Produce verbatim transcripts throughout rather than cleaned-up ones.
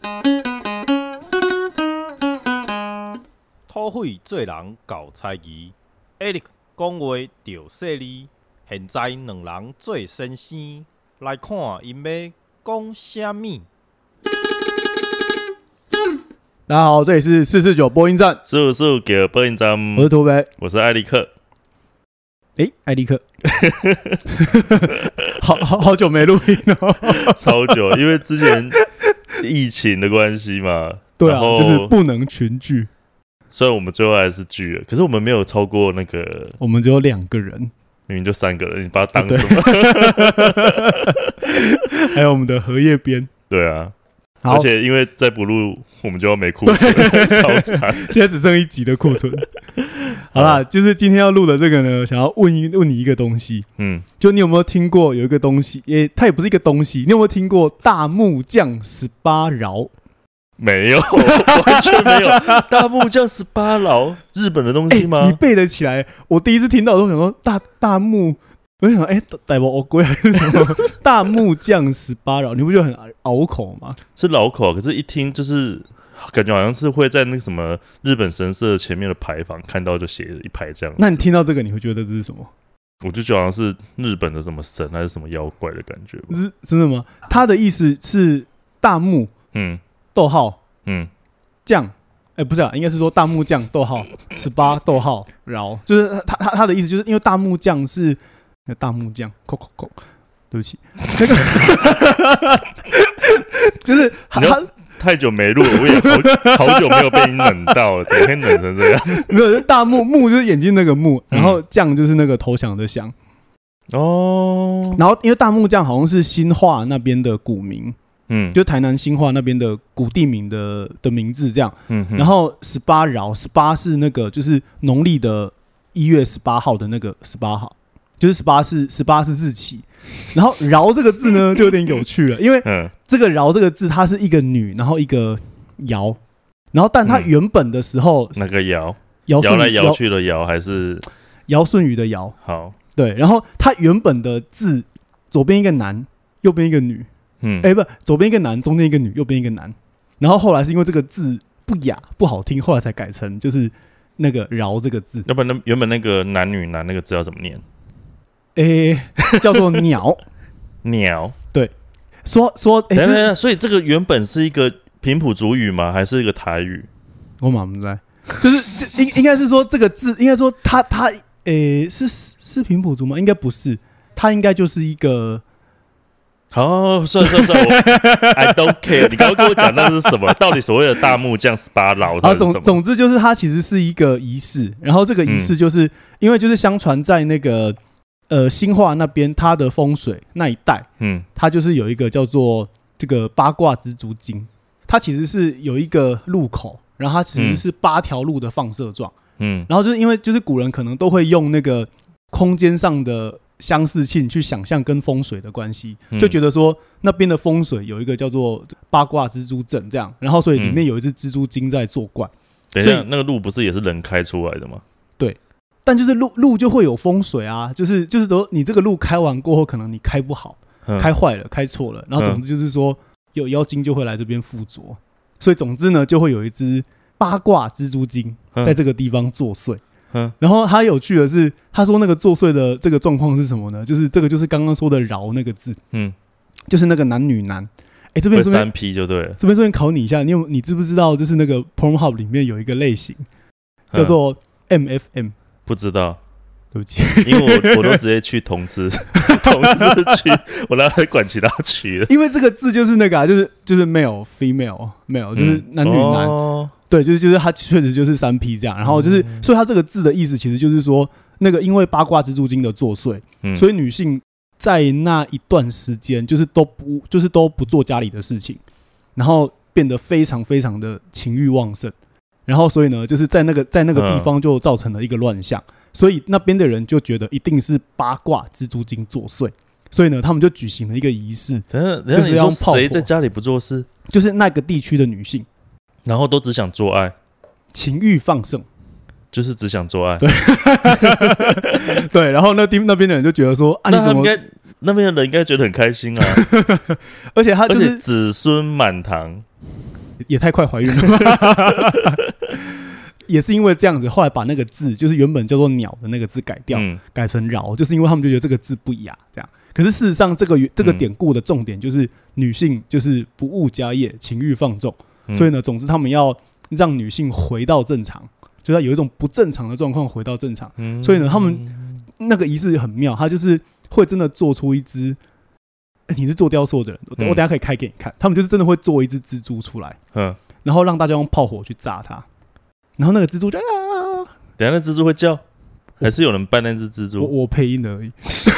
土匪做人搞猜疑 ，Eric 讲话着犀利。现在两人做先生，来看因要讲啥物。 大家好，这里是四四九播音站， 四五四五给播音站， 我是土北， 我是艾利克。 诶，艾利克，好好好久没录音了， 超久，因为之前疫情的关系嘛。 对啊，就是不能群聚。 虽然我们最后还是聚了，可是我们没有超过那个， 我们只有两个人， 明明就三个人，你把它当什么？ 还有我们的荷叶边， 对啊。而且因为再不录，我们就要没库存，超惨。 现在只剩一集的库存。好啦，就是今天要录的这个呢，想要问一问你一个东西，嗯，就你有没有听过有一个东西，也它也不是一个东西，你有没有听过大木匠十八饶？ 没有，完全没有。大木匠十八饶，日本的东西吗？ 欸？你背得起来？我第一次听到，我都想说大大木。我就想，哎、欸，大木龟还是什么大木匠十八饶？你不觉得很拗口吗？ 是绕口，可是一听就是感觉好像是会在那个什么日本神社前面的牌坊看到就写一排这样。 那你听到这个，你会觉得这是什么？ 我就觉得好像是日本的什么神还是什么妖怪的感觉。 是真的吗？他的意思是大木，嗯，逗号，嗯，匠，哎、欸，不是啊，应该是说大木匠逗号十八逗号饶，就是他他他的意思就是因为大木匠是。大木匠，扣扣扣，对不起，那个就是他太久没录，我也好好久没有被你冷到了，整天冷成这样。 没有，大木木就是眼睛那个木，然后匠就是那个投降的降。哦，然后因为大木匠好像是新化那边的古名，嗯，就台南新化那边的古地名的的名字这样。嗯，然后十八饶，十八是那个就是农历的一月十八号的那个十八号。就是十八是十八是日期，然后饶这个字呢就有点有趣了，因为这个饶这个字它是一个女，然后一个摇，然后但它原本的时候、 嗯、哪个摇？摇来摇去的摇还是尧舜禹的尧？ 好， 对，然后它原本的字左边一个男，右边一个女，嗯，哎、欸、不，左边一个男，中间一个女，右边一个男，然后后来是因为这个字不雅不好听，后来才改成就是那个饶这个字。 要不然原本那个男女男那个字要怎么念？ 诶、欸，叫做鸟， 鸟， 对，说说，哎、欸， 等等，所以这个原本是一个平埔族语吗？还是一个台语？ 我满不在，就是应应该是说这个字，应该说它它，诶、欸，是是平埔族吗？应该不是，它应该就是一个。 好，算了算了算了 ，I don't care。你刚刚跟我讲那是什么？到底所谓的大木匠十八饶是什么？ 总总之就是它其实是一个仪式，然后这个仪式就是、嗯、因为就是相传在那个。呃，新化那边它的风水那一带，嗯，它就是有一个叫做这个八卦蜘蛛精，它其实是有一个路口，然后它其实是八条路的放射状，嗯，然后就是因为就是古人可能都会用那个空间上的相似性去想象跟风水的关系，嗯、就觉得说那边的风水有一个叫做八卦蜘蛛阵这样，然后所以里面有一只蜘蛛精在作怪。 等一下，那个路不是也是人开出来的吗？ 对。但就是路路就会有风水啊，就是就是说你这个路开完过后，可能你开不好，嗯、开坏了，开错了，然后总之就是说有妖精就会来这边附着，所以总之呢就会有一只八卦蜘蛛精在这个地方作祟。嗯、然后他有趣的是，他说那个作祟的这个状况是什么呢？就是这个就是刚刚说的饶那个字，嗯，就是那个男女男。哎，这边这边三 P 就对了。 这边这边考你一下，你有你知不知道？就是那个 Pornhub 里面有一个类型叫做 M F M。 不知道， 对不起， 因为我我都直接去同志同志区，我哪会管其他区了？ 因为这个字就是那个、啊，就是就是 male female male，就是男女男，嗯哦、对，就是就是它确实就是三 P 这样。然后就是，嗯、所以它这个字的意思其实就是说，那个因为八卦蜘蛛精的作祟，嗯、所以女性在那一段时间就是都不就是都不做家里的事情，然后变得非常非常的情欲旺盛。然后，所以呢，就是在那个在那个地方就造成了一个乱象，嗯、所以那边的人就觉得一定是八卦蜘蛛精作祟，所以呢，他们就举行了一个仪式， 等等，就是要炮火。谁在家里不做事？ 就是那个地区的女性， 然后都只想做爱， 情欲放盛， 就是只想做爱。 对，对。然后那地那边的人就觉得说，啊，你怎么？ 那边的人应该觉得很开心啊， 而且他就是子孙满堂。 也太快怀孕了吧。也是因为这样子，后来把那个字，就是原本叫做鸟的那个字改掉，嗯、改成饶，就是因为他们就觉得这个字不雅，这样。可是事实上，这个这个典故的重点就是女性就是不务家业，情欲放纵，嗯、所以呢，总之他们要让女性回到正常，就要有一种不正常的状况回到正常。嗯、所以呢，他们那个仪式很妙，他就是会真的做出一只。欸、你是做雕塑的人，我等一下可以开给你看。他们就是真的会做一只蜘蛛出来，嗯、然后让大家用炮火去炸它。然后那个蜘蛛就啊， 等一下那蜘蛛会叫，还是有人扮那只蜘蛛？ 我我配音而已。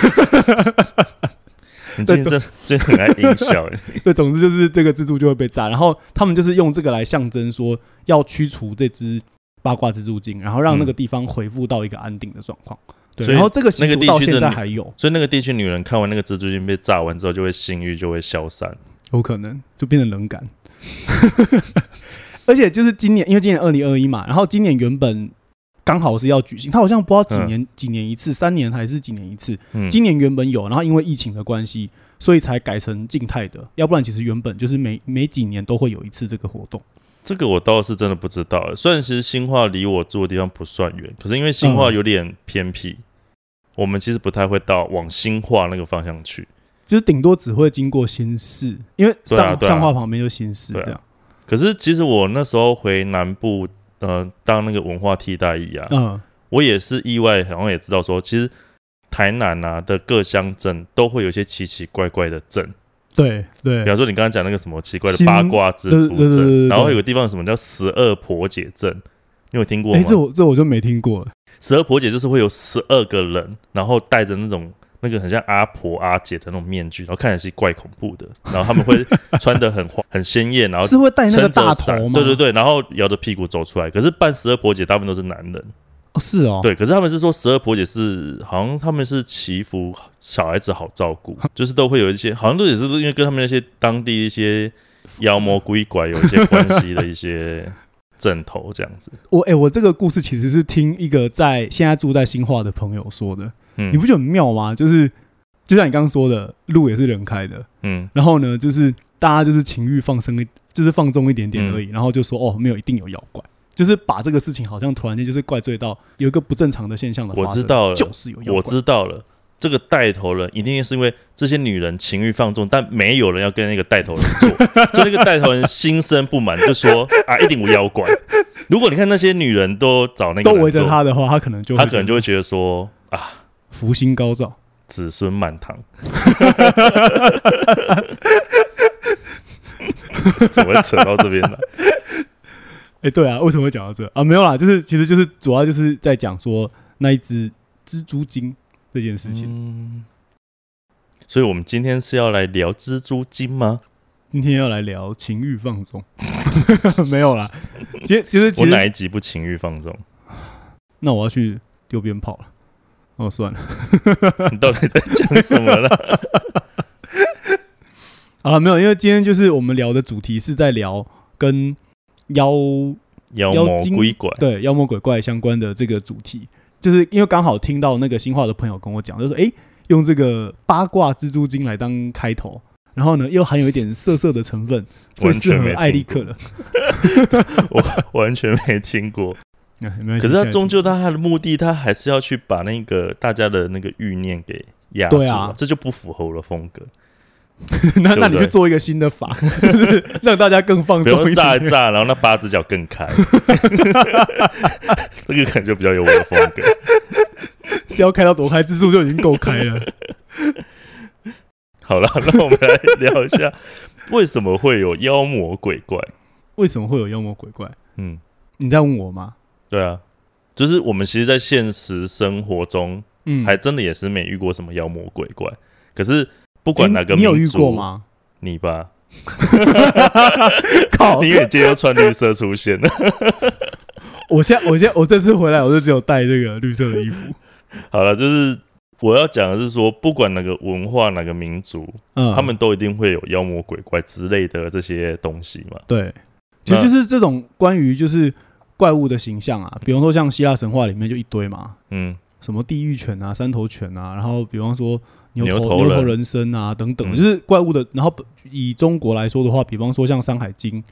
你最近真真很爱音效哎。 对，总之就是这个蜘蛛就会被炸，然后他们就是用这个来象征说要驱除这只八卦蜘蛛精，然后让那个地方恢复到一个安定的状况。对，然后这个习俗到现在还有， 所以那个地区女人看完那个蜘蛛精被炸完之后，就会性欲就会消散， 有可能就变成冷感。而且就是今年，因为今年二零二一嘛，然后今年原本刚好是要举行，他好像不知道几年、嗯、几年一次，三年还是几年一次。嗯、今年原本有，然后因为疫情的关系，所以才改成静态的。要不然其实原本就是每每几年都会有一次这个活动。 这个我倒是真的不知道。虽然其实新化离我住的地方不算远，可是因为新化有点偏僻，嗯、我们其实不太会到往新化那个方向去。 就是顶多只会经过新市，因为上、啊啊、上化旁边就新市这样。 可是其实我那时候回南部，呃，当那个文化替代役啊，嗯、我也是意外，好像也知道说，其实台南啊的各乡镇都会有一些奇奇怪怪的镇。 对对， 比方说你刚刚讲那个什么奇怪的八卦蜘蛛镇，然后有个地方有什么叫十二婆姐镇，你有听过吗？ 哎、欸，这我这我就没听过了。 十二婆姐就是会有十二个人，然后带着那种。那个很像阿婆阿姐的那种面具，然后看起来是怪恐怖的，然后他们会穿得很很鲜艳，然后是会戴那个大头吗？ 对对对，然后摇着屁股走出来。可是扮十二婆姐大部分都是男人， 哦是哦， 对。可是他们是说十二婆姐是好像他们是祈福小孩子好照顾，就是都会有一些好像都也是因为跟他们那些当地一些妖魔鬼怪有一些关系的一些阵头这样子。 我哎、欸，我这个故事其实是听一个在现在住在新化的朋友说的。嗯、你不觉得很妙吗？就是就像你刚刚说的，路也是人开的，嗯，然后呢，就是大家就是情欲放生，就是放纵一点点而已，嗯、然后就说哦，没有一定有妖怪，就是把这个事情好像突然间就是怪罪到有一个不正常的现象的发生。 我知道了， 就是有妖怪， 我知道了。这个带头人一定是因为这些女人情欲放纵，但没有人要跟那个带头人做，所以那个带头人心生不满，就说啊，一定有妖怪。如果你看那些女人都找那个人做都围着他的话，他可能就他可能就会觉得说啊。 福星高照， 子孙满堂。怎么会扯到这边来？ 哎、欸，对啊，为什么会讲到这啊？没有啦，就是其实就是主要就是在讲说那一只蜘蛛精这件事情。嗯， 所以我们今天是要来聊蜘蛛精吗？ 今天要来聊情欲放纵。没有啦，其实其实我哪一集不情欲放纵？ 那我要去丢鞭炮了。哦，算了， 你到底在讲什么了？ 好了，没有，因为今天就是我们聊的主题是在聊跟妖妖魔鬼怪对妖魔鬼怪相关的这个主题，就是因为刚好听到那个新化的朋友跟我讲，就说哎、欸，用这个八卦蜘蛛精来当开头，然后呢又含有一点色色的成分，最适合艾利克了。 我完全没听过。可是他终究他的目的，他还是要去把那个大家的那个欲念给压住，啊，这就不符合我的风格。 那那你去做一个新的法，就是让大家更放纵一点， 炸一炸，然后那八只脚更开，这个可能就比较有我的风格。 是要开到多开？蜘蛛就已经够开了。 好了，那我们来聊一下为什么会有妖魔鬼怪？ 为什么会有妖魔鬼怪？嗯，你在问我吗？ 对啊，就是我们其实，在现实生活中，嗯，还真的也是没遇过什么妖魔鬼怪。可是不管哪个民族， 欸，你有遇过吗？ 你吧，靠！你因为今天又穿绿色出现了。 我现在，我现在，我这次回来，我就只有带这个绿色的衣服。 好了，就是我要讲的是说，不管哪个文化、哪个民族，嗯，他们都一定会有妖魔鬼怪之类的这些东西嘛。 对，其实就是这种关于就是怪物的形象啊，比方说像希腊神话里面就一堆嘛，嗯，什么地狱犬啊、三头犬啊，然后比方说牛头牛头 人, 牛头人身啊等等，嗯，就是怪物的。然后以中国来说的话，比方说像《山海经》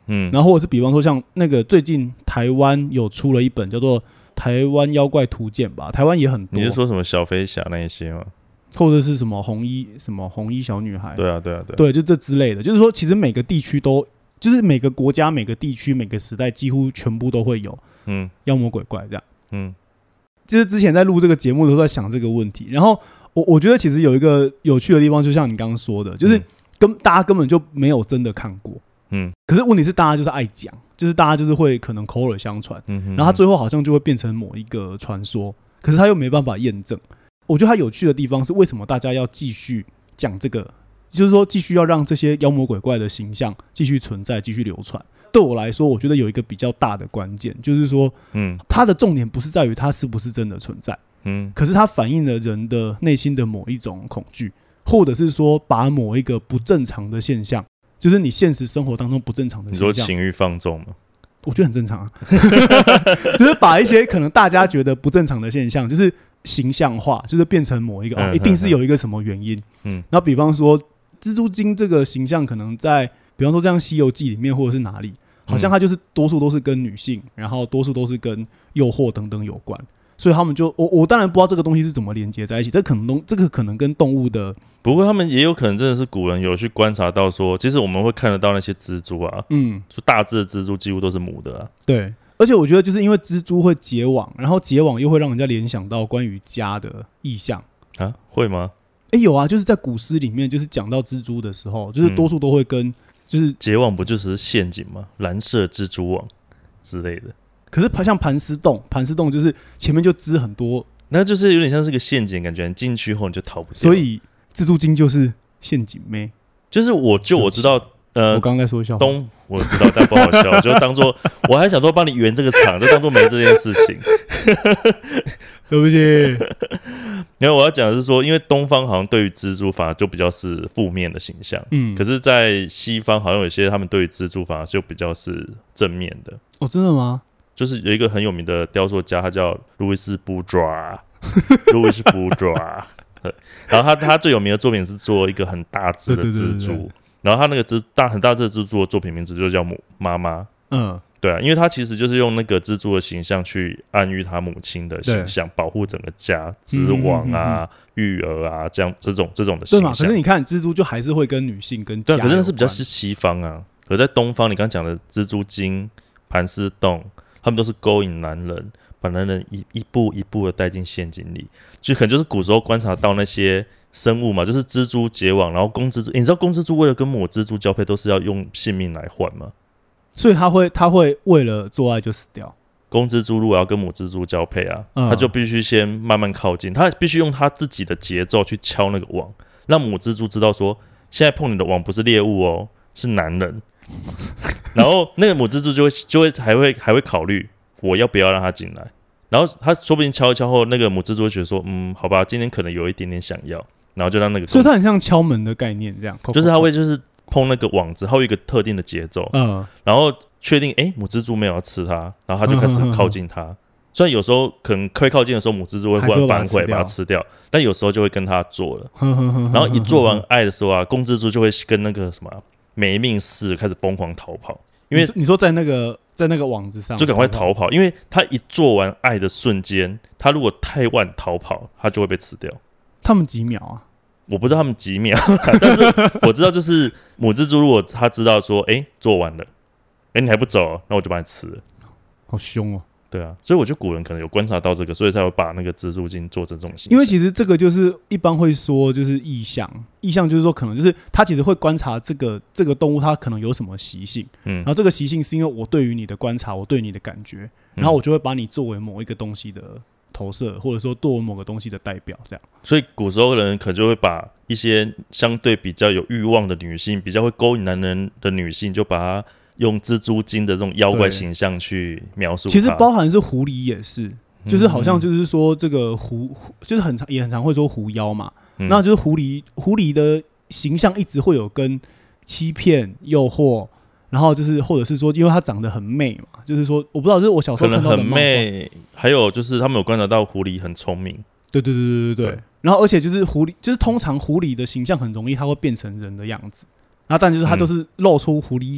嗯，然后或者是比方说像那个最近台湾有出了一本叫做《台湾妖怪图鉴》吧，台湾也很多。 你是说什么小飞侠那一些吗？ 或者是什么红衣什么红衣小女孩？ 对啊，对啊，对啊， 对，就这之类的。就是说，其实每个地区都，就是每个国家、每个地区、每个时代，几乎全部都会有，嗯，妖魔鬼怪这样。嗯，就是之前在录这个节目的时候，在想这个问题。然后我我觉得其实有一个有趣的地方，就像你刚刚说的，就是跟、嗯、大家根本就没有真的看过。嗯，可是问题是大家就是爱讲，就是大家就是会可能口耳相传，嗯哼哼，然后他最后好像就会变成某一个传说，可是他又没办法验证。我觉得他有趣的地方是为什么大家要继续讲这个，就是说继续要让这些妖魔鬼怪的形象继续存在、继续流传。对我来说，我觉得有一个比较大的关键，就是说，嗯，它的重点不是在于它是不是真的存在，嗯，可是它反映了人的内心的某一种恐惧，或者是说把某一个不正常的现象。就是你现实生活当中不正常的现象， 你说情欲放纵吗？ 我觉得很正常啊，就是把一些可能大家觉得不正常的现象，就是形象化，就是变成某一个、嗯哦、一定是有一个什么原因。嗯，然后比方说蜘蛛精这个形象，可能在比方说这样《西游记》里面或者是哪里，好像它就是多数都是跟女性，然后多数都是跟诱惑等等有关。所以他们就我我当然不知道这个东西是怎么连接在一起，这可能这个可能跟动物的， 不过他们也有可能真的是古人有去观察到说，其实我们会看得到那些蜘蛛啊，嗯，就大只的蜘蛛几乎都是母的啊。 对，而且我觉得就是因为蜘蛛会结网，然后结网又会让人家联想到关于家的意象啊，会吗？ 哎、欸，有啊，就是在古诗里面，就是讲到蜘蛛的时候，就是多数都会跟就是结网不就是陷阱吗？蓝色蜘蛛网之类的。 可是像盘丝洞，盘丝洞就是前面就织很多， 那就是有点像是个陷阱，感觉你进去后你就逃不掉。 所以蜘蛛精就是陷阱妹。 就是我就我知道，呃， 我刚刚在说笑话， 东我知道，但不好笑，我就当做我还想说帮你圆这个场，就当做没这件事情。 对不起。 因为我要讲的是说，因为东方好像对于蜘蛛反而就比较是负面的形象，嗯，可是，在西方好像有些他们对于蜘蛛反而就比较是正面的。 哦，真的吗？ 就是有一个很有名的雕塑家，他叫路易斯·布抓，路易斯·布抓。然后他他最有名的作品是做一个很大只的蜘蛛，对对对对，然后他那个蜘大很大只的蜘蛛的作品名字就叫母妈妈。嗯，对啊，因为他其实就是用那个蜘蛛的形象去暗喻他母亲的形象，保护整个家，织网啊、嗯嗯嗯、育儿啊，这样这种这种的形象。对嘛？ 可是你看蜘蛛就还是会跟女性跟家有关。 对，可是那是比较是西方啊。可在东方，你刚刚讲的蜘蛛精、盘丝洞。他们都是勾引男人，把男人 一, 一步一步的带进陷阱里，就可能就是古时候观察到那些生物嘛，就是蜘蛛结网，然后公蜘蛛，欸、你知道公蜘蛛为了跟母蜘蛛交配，都是要用性命来换吗？ 所以他会他会为了做爱就死掉。 公蜘蛛如果要跟母蜘蛛交配啊，嗯、他就必须先慢慢靠近，他必须用他自己的节奏去敲那个网，让母蜘蛛知道说，现在碰你的网不是猎物哦，是男人。然后那个母蜘蛛就会就会还会还会考虑我要不要让它进来，然后他说不定敲一敲后，那个母蜘蛛会觉得说，嗯，好吧，今天可能有一点点想要，然后就让那个， 所以它很像敲门的概念这样， 就是他会就是碰那个网子，它会有一个特定的节奏，嗯，然后确定哎、欸、母蜘蛛没有要吃它，然后他就开始靠近它。嗯嗯嗯，虽然有时候可能快靠近的时候，母蜘蛛会忽然反悔把它吃掉，但有时候就会跟它做了。然后一做完爱的时候啊，公蜘蛛就会跟那个什么没命似的开始疯狂逃跑，因为你, 你说在那个在那个网子上就赶快逃跑，因为他一做完爱的瞬间，他如果太晚逃跑，他就会被吃掉。 他们几秒啊？ 我不知道他们几秒，但是我知道就是母蜘蛛如果他知道说，哎、欸，做完了，哎、欸，你还不走，那我就把你吃了。 好凶哦！ 对啊，所以我觉得古人可能有观察到这个，所以才会把那个蜘蛛精做成这种形象。 因为其实这个就是一般会说，就是意象，意象就是说可能就是他其实会观察这个这个动物它可能有什么习性，嗯，然后这个习性是因为我对于你的观察，我对你的感觉，然后我就会把你作为某一个东西的投射，或者说作为某个东西的代表，这样。 所以古时候的人可能就会把一些相对比较有欲望的女性，比较会勾引男人的女性，就把它用蜘蛛精的这种妖怪形象去描述它。 其实包含是狐狸也是，就是好像就是说这个狐，就是很常也很常会说狐妖嘛，嗯、那就是狐狸，狐狸的形象一直会有跟欺骗、诱惑，然后就是或者是说，因为它长得很媚嘛，就是说我不知道，就是我小时候看到的可能很媚，还有就是他们有观察到狐狸很聪明。 对对对对对对。然后而且就是狐狸，就是通常狐狸的形象很容易它会变成人的样子，然后但就是它都是露出狐狸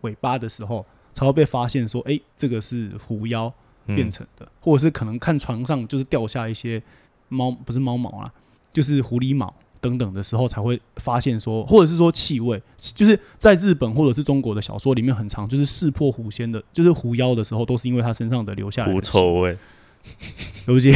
尾巴的时候，才会被发现说，哎、欸，这个是狐妖变成的，嗯、或者是可能看船上就是掉下一些猫，不是猫毛啦，就是狐狸毛等等的时候，才会发现说，或者是说气味，就是在日本或者是中国的小说里面很常就是识破狐仙的，就是狐妖的时候，都是因为他身上的留下来的狐臭味。 对不起。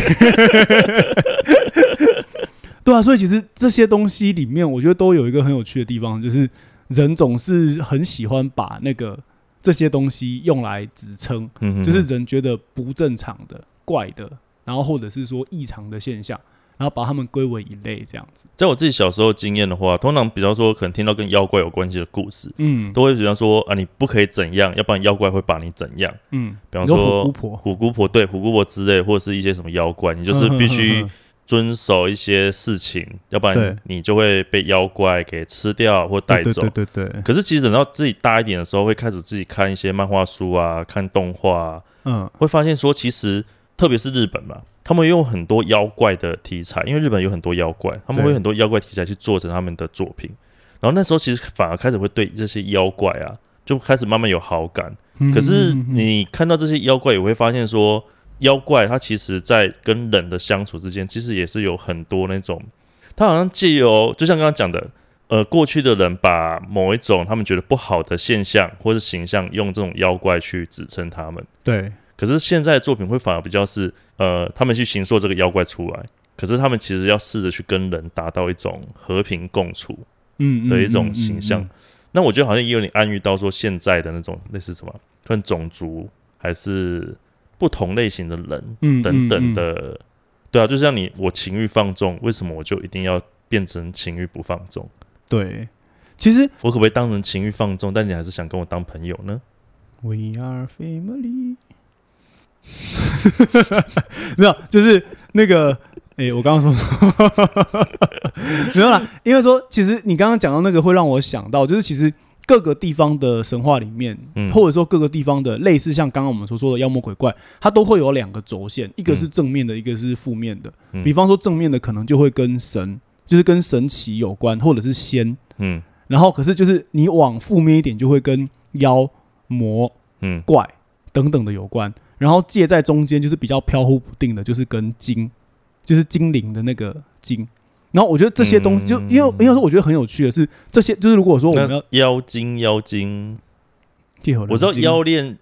对啊，所以其实这些东西里面，我觉得都有一个很有趣的地方，就是人总是很喜欢把那个这些东西用来指称，嗯、哼哼就是人觉得不正常的、怪的，然后或者是说异常的现象，然后把它们归为一类这样子。 在我自己小时候经验的话，通常比方说可能听到跟妖怪有关系的故事，嗯，都会比方说啊，你不可以怎样，要不然妖怪会把你怎样，嗯，比方说虎姑婆、 虎姑婆对虎姑婆之类，或者是一些什么妖怪，你就是必须遵守一些事情，嗯、要不然你就会被妖怪给吃掉或带走。 对对对 对, 对。 可是其实等到自己大一点的时候，会开始自己看一些漫画书啊，看动画、啊，嗯，会发现说，其实特别是日本嘛，他们用很多妖怪的题材，因为日本有很多妖怪，他们会有很多妖怪题材去做成他们的作品。然后那时候其实反而开始会对这些妖怪啊，就开始慢慢有好感。嗯、可是你看到这些妖怪，也会发现说。妖怪它其实在跟人的相处之间，其实也是有很多那种，它好像借由就像刚刚讲的，呃，过去的人把某一种他们觉得不好的现象或是形象，用这种妖怪去指称他们。 对。 可是现在的作品会反而比较是，呃，他们去形塑这个妖怪出来，可是他们其实要试着去跟人达到一种和平共处的一种形象。嗯嗯嗯嗯嗯、那我觉得好像也有点暗喻到说，现在的那种类似什么，看种族还是。不同类型的人等等的，嗯嗯嗯、对啊，就像你我情欲放纵，为什么我就一定要变成情欲不放纵？ 对，其实我可不可以当成情欲放纵，但你还是想跟我当朋友呢 ？We are family 。没有，就是那个，哎、欸，我刚刚说什么？没有啦，因为说，其实你刚刚讲到那个，会让我想到，就是其实。各个地方的神话里面，嗯、或者说各个地方的类似像刚刚我们所说的妖魔鬼怪，它都会有两个轴线，一个是正面的，一个是负面的。嗯、比方说正面的可能就会跟神，就是跟神奇有关，或者是仙。嗯，然后可是就是你往负面一点，就会跟妖魔、嗯、怪等等的有关。然后介在中间就是比较飘忽不定的，就是跟精，就是精灵的那个精。然后我觉得这些东西就，就因为因为说我觉得很有趣的是，这些就是如果说我们要妖精妖精，我知道妖炼，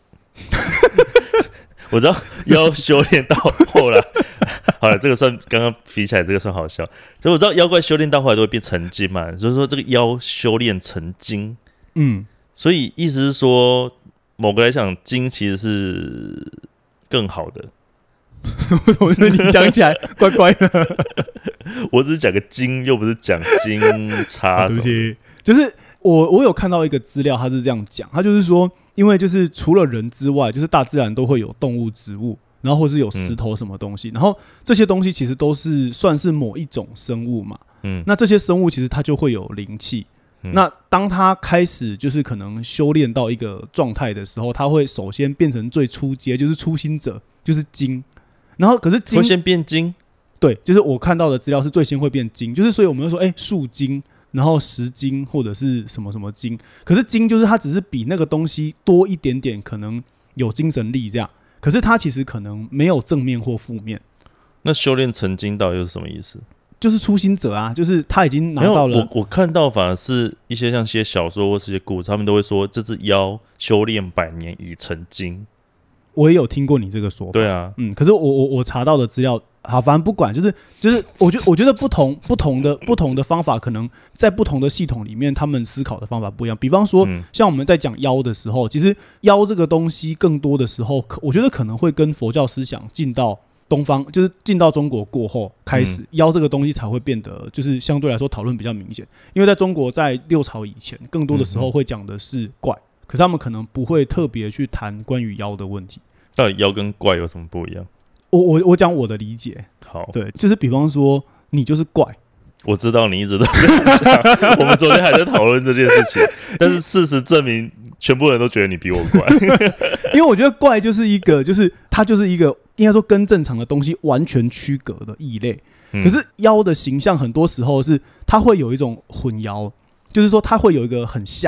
我知道妖修炼到后来，好了，这个算刚刚比起来，这个算好笑。所以我知道妖怪修炼到后来都会变成精嘛，所以说这个妖修炼成精，嗯，所以意思是说，某个来讲，精其实是更好的。 我觉得你讲起来怪怪的。 我只是讲个金，又不是讲金叉、啊。对不起， 就是我我有看到一个资料，他是这样讲，他就是说，因为就是除了人之外，就是大自然都会有动物、植物，然后或是有石头什么东西，嗯、然后这些东西其实都是算是某一种生物嘛。嗯，那这些生物其实它就会有灵气。嗯、那当它开始就是可能修炼到一个状态的时候，它会首先变成最初阶，就是初心者，就是精。然后可是精会先变精。 对，就是我看到的资料是最先会变精，就是所以我们会说，哎、欸，树精，然后石精或者是什么什么精。可是精就是它只是比那个东西多一点点，可能有精神力这样。可是它其实可能没有正面或负面。 那修炼成精到底又是什么意思？ 就是初心者啊，就是他已经拿到了。 我我看到反而是一些像些小说或是一些故事，他们都会说这只妖修炼百年已成精。 我也有听过你这个说法。 对啊， 嗯，可是我我我查到的资料。好，反正不管，就是就是，我觉我觉得不同不同的不同的方法，可能在不同的系统里面，他们思考的方法不一样。比方说，嗯、像我们在讲妖的时候，其实妖这个东西，更多的时候，我觉得可能会跟佛教思想进到东方，就是进到中国过后开始，嗯、妖这个东西才会变得，就是相对来说讨论比较明显。因为在中国在六朝以前，更多的时候会讲的是怪，嗯、可是他们可能不会特别去谈关于妖的问题。 到底妖跟怪有什么不一样？ 我我我讲我的理解， 好， 对，就是比方说你就是怪， 我知道你一直都这样讲，我们昨天还在讨论这件事情，但是事实证明，全部人都觉得你比我怪， 因为我觉得怪就是一个，就是它就是一个应该说跟正常的东西完全区隔的异类，嗯、可是妖的形象很多时候是它会有一种混淆，就是说它会有一个很像，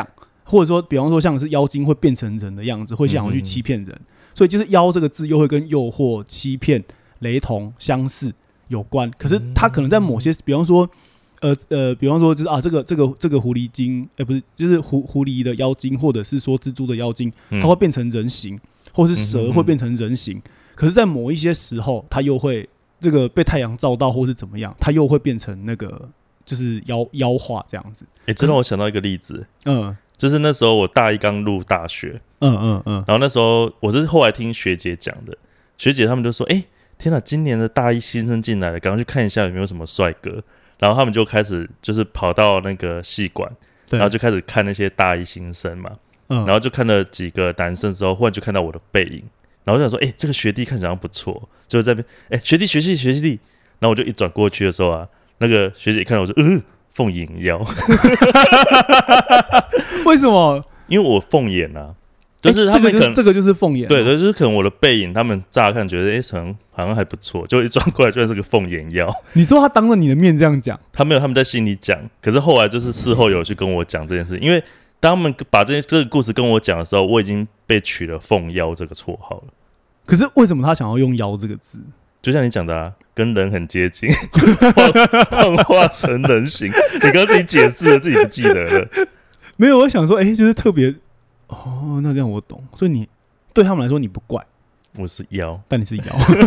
或者说比方说像是妖精会变成人的样子，会想要去欺骗人，嗯、所以就是妖这个字又会跟诱惑、欺骗、雷同、相似有关。可是它可能在某些，比方说。呃呃，比方说就是啊，这个这个这个狐狸精，哎、欸，不是，就是狐狐狸的妖精，或者是说蜘蛛的妖精，它会变成人形，或是蛇会变成人形。嗯、可是，在某一些时候，它又会这个被太阳照到，或是怎么样，它又会变成那个就是妖妖化这样子。 哎、欸，这让我想到一个例子，嗯，就是那时候我大一刚入大学，嗯嗯嗯，然后那时候我是后来听学姐讲的，学姐他们就说，哎、欸，天哪，今年的大一新生进来了，赶快去看一下有没有什么帅哥。然后他们就开始就是跑到那个系馆，然后就开始看那些大一新生嘛，嗯、然后就看了几个男生之后，忽然就看到我的背影，然后就想说，哎、欸，这个学弟看起来不错，就在那边，哎、欸，学弟学弟学弟，然后我就一转过去的时候啊，那个学姐看到我说，嗯、呃，凤眼妖， 为什么？ 因为我凤眼啊。就是他们可能、欸、 这个就是凤眼、啊， 对对，就是可能我的背影，他们乍看觉得哎，可、欸、能好像还不错，就一转过来居然是个凤眼妖。 你说他当着你的面这样讲， 他没有，他们在心里讲。可是后来就是事后有去跟我讲这件事，因为当他们把这这个故事跟我讲的时候，我已经被取了凤妖这个绰号了。 可是为什么他想要用妖这个字？ 就像你讲的啊，跟人很接近，幻化成人形。你刚刚自己解释了，自己不记得了。 没有，我想说，哎、欸，就是特别。哦，那这样我懂。所以你对他们来说你不怪， 我是妖， 但你是妖。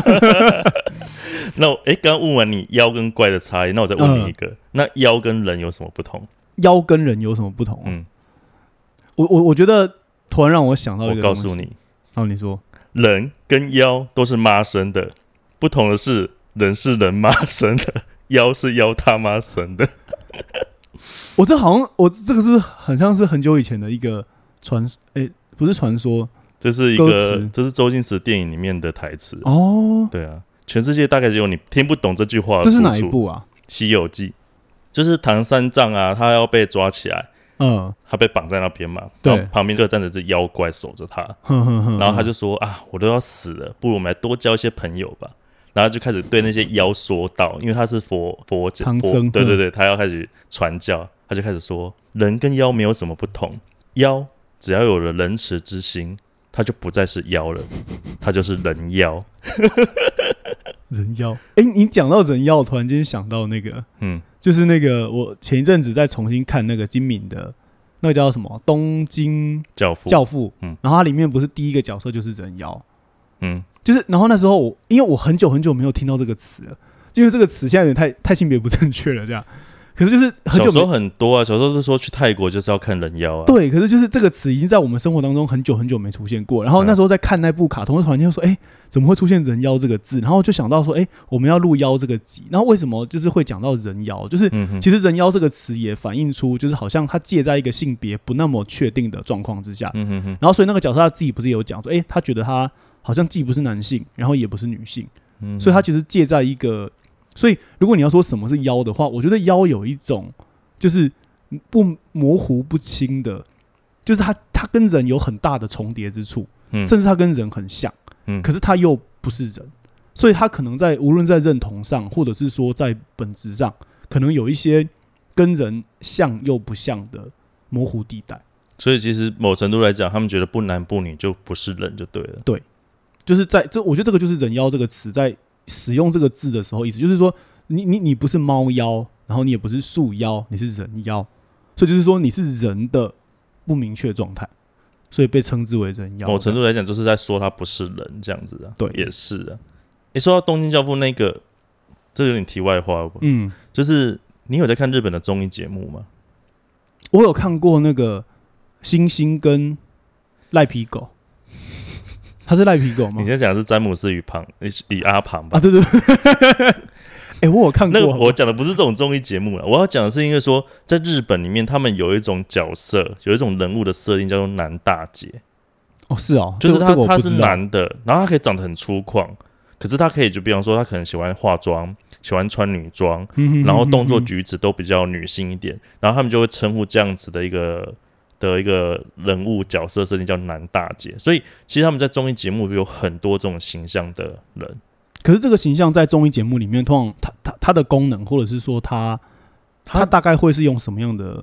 那哎，刚刚问完你妖跟怪的差异，那我再问你一个，嗯、那妖跟人有什么不同？ 妖跟人有什么不同、啊？嗯，我我我觉得突然让我想到一个东西， 我告诉你， 然后你说， 人跟妖都是妈生的，不同的是，人是人妈生的，妖是妖他妈生的。 我这好像，我这个是很像是很久以前的一个。传诶、欸，不是传说， 这是一个，这是周星驰电影里面的台词哦。对啊，全世界大概只有你听不懂这句话的。 这是哪一部啊？ 《西游记》就是唐三藏啊，他要被抓起来，嗯，他被绑在那边嘛，对，旁边各站着只妖怪守着他，呵呵呵，然后他就说啊，我都要死了，不如我们来多交一些朋友吧。然后就开始对那些妖说道，因为他是佛佛唐僧， 对对对，他要开始传教，他就开始说，人跟妖没有什么不同，妖。只要有了仁慈之心，他就不再是妖了，他就是人妖。 人妖，哎、欸，你讲到人妖，我突然间想到那个，嗯，就是那个我前一阵子在重新看那个金敏的，那个叫什么《东京教父》 教父，嗯，然后它里面不是第一个角色就是人妖，嗯，就是然后那时候我因为我很久很久没有听到这个词了，因为这个词现在有点太太性别不正确了，这样。可是就是很久小时候很多啊，小时候都说去泰国就是要看人妖啊。 对，可是就是这个词已经在我们生活当中很久很久没出现过。然后那时候在看那部卡通，突然间说：“哎、欸，怎么会出现人妖这个字？”然后就想到说：“哎、欸，我们要录妖这个集。”然后为什么就是会讲到人妖？就是其实人妖这个词也反映出，就是好像他介在一个性别不那么确定的状况之下。嗯哼哼。然后所以那个角色他自己不是也有讲说：“哎、欸，他觉得他好像既不是男性，然后也不是女性。”嗯，所以他其实介在一个。所以如果你要说什么是妖的话，我觉得妖有一种。就是不模糊不清的，就是它它跟人有很大的重叠之处，嗯、甚至它跟人很像，嗯、可是它又不是人，所以它可能在无论在认同上，或者是说在本质上，可能有一些跟人像又不像的模糊地带。 所以其实某程度来讲，他们觉得不男不女就不是人就对了。 对，就是在这，我觉得这个就是人妖这个词在使用这个字的时候，意思就是说，你你你不是猫妖。然后你也不是树妖，你是人妖，所以就是说你是人的不明确状态，所以被称之为人妖。 某程度来讲，就是在说他不是人这样子啊。 对， 也是啊。你说到东京教父那个，这个有点题外话，嗯，就是你有在看日本的综艺节目吗？ 我有看过那个星星跟赖皮狗，他是赖皮狗吗？ 你现在讲的是詹姆斯与庞与阿庞吧？ 啊，对对对。哎、欸，我有看过。 那个我讲的不是这种综艺节目了，我要讲的是因为说，在日本里面，他们有一种角色，有一种人物的设定叫做男大姐。 哦，是哦， 就是他、 这个、 他是男的，然后他可以长得很粗犷，可是他可以就比方说，他可能喜欢化妆，喜欢穿女装，嗯、然后动作举止都比较女性一点，然后他们就会称呼这样子的一个的一个人物角色设定叫男大姐。所以其实他们在综艺节目有很多这种形象的人。 可是这个形象在综艺节目里面，通常它它它的功能，或者是说它它大概会是用什么样的？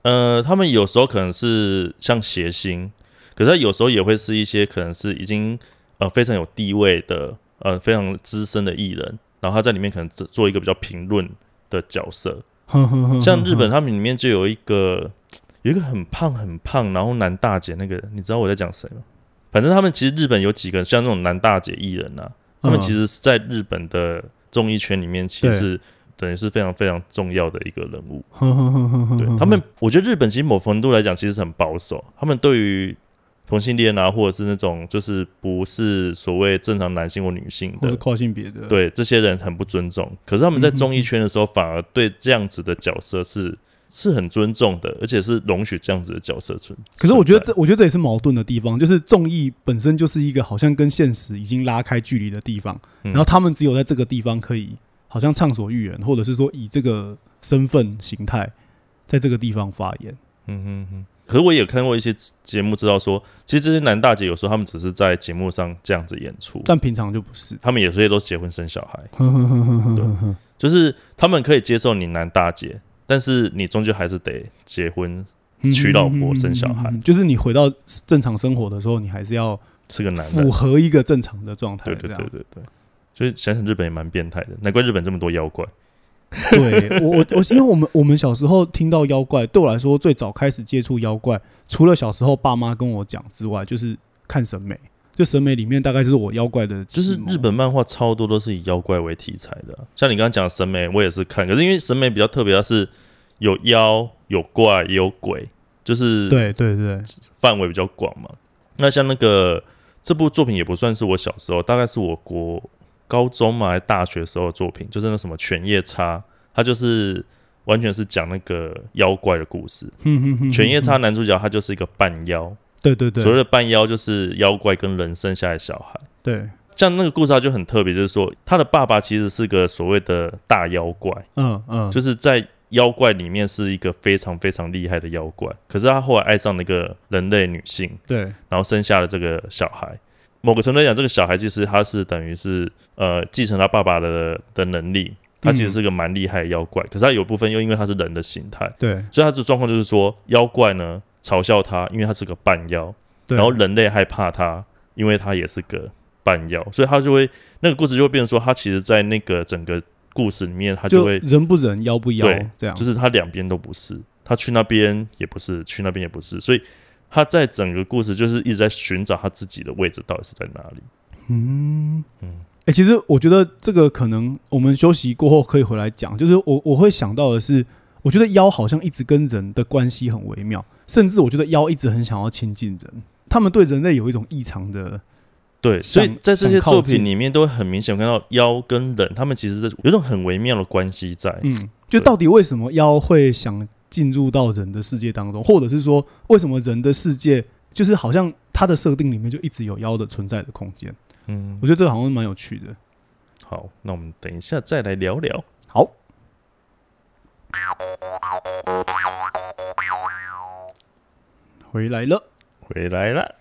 呃，他们有时候可能是像谐星，可是他有时候也会是一些可能是已经呃非常有地位的呃非常资深的艺人，然后他在里面可能做一个比较评论的角色。像日本他们里面就有一个有一个很胖很胖，然后男大姐那个，你知道我在讲谁吗？反正他们其实日本有几个像那种男大姐艺人啊，他们其实是在日本的综艺圈里面其实是等于是非常非常重要的一个人物。对他们，我觉得日本其实某程度来讲其实是很保守，他们对于同性恋啊，或者是那种就是不是所谓正常男性或女性的， 或是跨性别的， 对这些人很不尊重。可是他们在综艺圈的时候，反而对这样子的角色是是很尊重的，而且是容许这样子的角色存在。 可是我觉得这，我觉得这也是矛盾的地方，就是综艺本身就是一个好像跟现实已经拉开距离的地方，嗯、然后他们只有在这个地方可以好像畅所欲言，或者是说以这个身份形态在这个地方发言。 嗯哼哼。可是我也有看过一些节目，知道说，其实这些男大姐有时候他们只是在节目上这样子演出， 但平常就不是。 他们有些都结婚生小孩，对，就是他们可以接受你男大姐，但是你终究还是得结婚、娶老婆、生小孩。 就是你回到正常生活的时候，你还是要是个男的， 符合一个正常的状态。 对对对对对，所以想想日本也蛮变态的，难怪日本这么多妖怪。 对我我我，因为我们我们小时候听到妖怪，对我来说最早开始接触妖怪，除了小时候爸妈跟我讲之外，就是看审美。就审美里面大概就是我妖怪的， 就是日本漫画超多都是以妖怪为题材的、啊。像你刚刚讲审美，我也是看，可是因为审美比较特别，它是有妖有怪也有鬼，就是对对对， 范围比较广嘛。那像那个这部作品也不算是我小时候，大概是我国高中嘛，还大学时候的作品，就是那什么犬夜叉，它就是完全是讲那个妖怪的故事。犬夜叉男主角他就是一个半妖， 对对对， 所谓的半妖就是妖怪跟人生下来的小孩。 对， 像那个故事它就很特别，就是说他的爸爸其实是个所谓的大妖怪， 嗯嗯， 就是在妖怪里面是一个非常非常厉害的妖怪，可是他后来爱上那个人类女性， 对， 然后生下了这个小孩。某个程度来讲，这个小孩其实他是等于是呃继承他爸爸的的能力，他其实是个蛮厉害的妖怪，嗯、可是他有部分又因为他是人的形态， 对， 所以他的状况就是说，妖怪呢嘲笑他，因为他是个半妖，然后人类害怕他，因为他也是个半妖，所以他就会那个故事就会变成说，他其实在那个整个故事里面，他就会就人不人，妖不妖，这样， 就是他两边都不是，他去那边也不是，去那边也不是，所以。他在整个故事就是一直在寻找他自己的位置到底是在哪里。 嗯嗯，哎、欸，其实我觉得这个可能我们休息过后可以回来讲。就是我我会想到的是，我觉得妖好像一直跟人的关系很微妙，甚至我觉得妖一直很想要亲近人，他们对人类有一种异常的对，所以在这些作品里面都会很明显看到妖跟人，他们其实有一种很微妙的关系在。 嗯，就到底为什么妖会想进入到人的世界当中，或者是说为什么人的世界就是好像它的设定里面就一直有妖的存在的空间？嗯，我觉得这个好像蛮有趣的。 好，那我们等一下再来聊聊。 好，回来了， 回来了。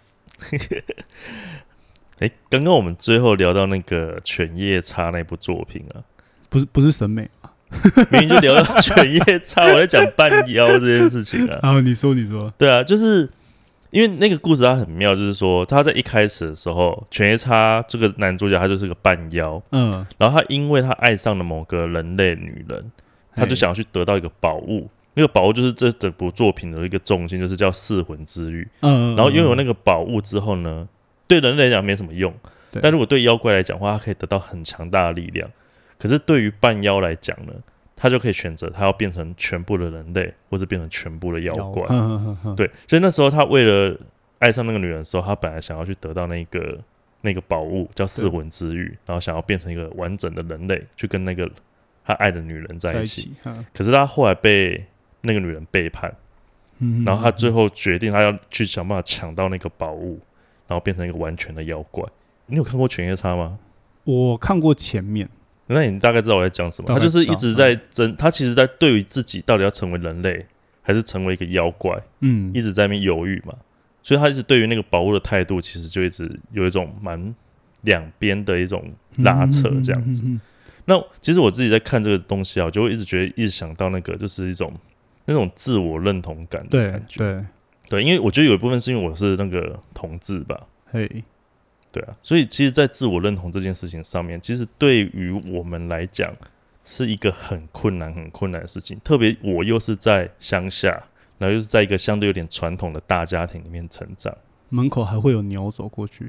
哎，刚刚我们最后聊到那个犬夜叉那部作品啊， 不是不是审美吗？ 明明就聊到犬夜叉，我在讲半妖这件事情啊。 啊，你说你说， 对啊，就是因为那个故事它很妙，就是说他在一开始的时候，犬夜叉这个男主角他就是个半妖，嗯，然后他因为他爱上了某个人类女人，他就想要去得到一个宝物，那个宝物就是这整部作品的一个重心，就是叫噬魂之玉。嗯，然后拥有那个宝物之后呢，对人类来讲没什么用，但如果对妖怪来讲的话，他可以得到很强大的力量。可是对于半妖来讲呢，他就可以选择他要变成全部的人类，或者变成全部的妖怪。嗯嗯、对，所以那时候他为了爱上那个女人的时候，他本来想要去得到那个那个宝物叫噬魂之玉，然后想要变成一个完整的人类，去跟那个他爱的女人在一起。在一起可是他后来被那个女人背叛，嗯、然后他最后决定他要去想办法抢到那个宝物，然后变成一个完全的妖怪。你有看过《犬夜叉》吗？ 我看过前面。 那你大概知道我在讲什么？他就是一直在争，他其实在对于自己到底要成为人类还是成为一个妖怪，嗯，一直在那边犹豫嘛。所以他一直对于那个宝物的态度，其实就一直有一种蛮两边的一种拉扯这样子。嗯嗯嗯嗯嗯那其实我自己在看这个东西啊，我就会一直觉得一直想到那个就是一种那种自我认同感的感觉。 对对对，因为我觉得有一部分是因为我是那个同志吧。 嘿， 对啊，所以其实，在自我认同这件事情上面，其实对于我们来讲是一个很困难、很困难的事情。特别我又是在乡下，然后又是在一个相对有点传统的大家庭里面成长， 门口还会有牛走过去。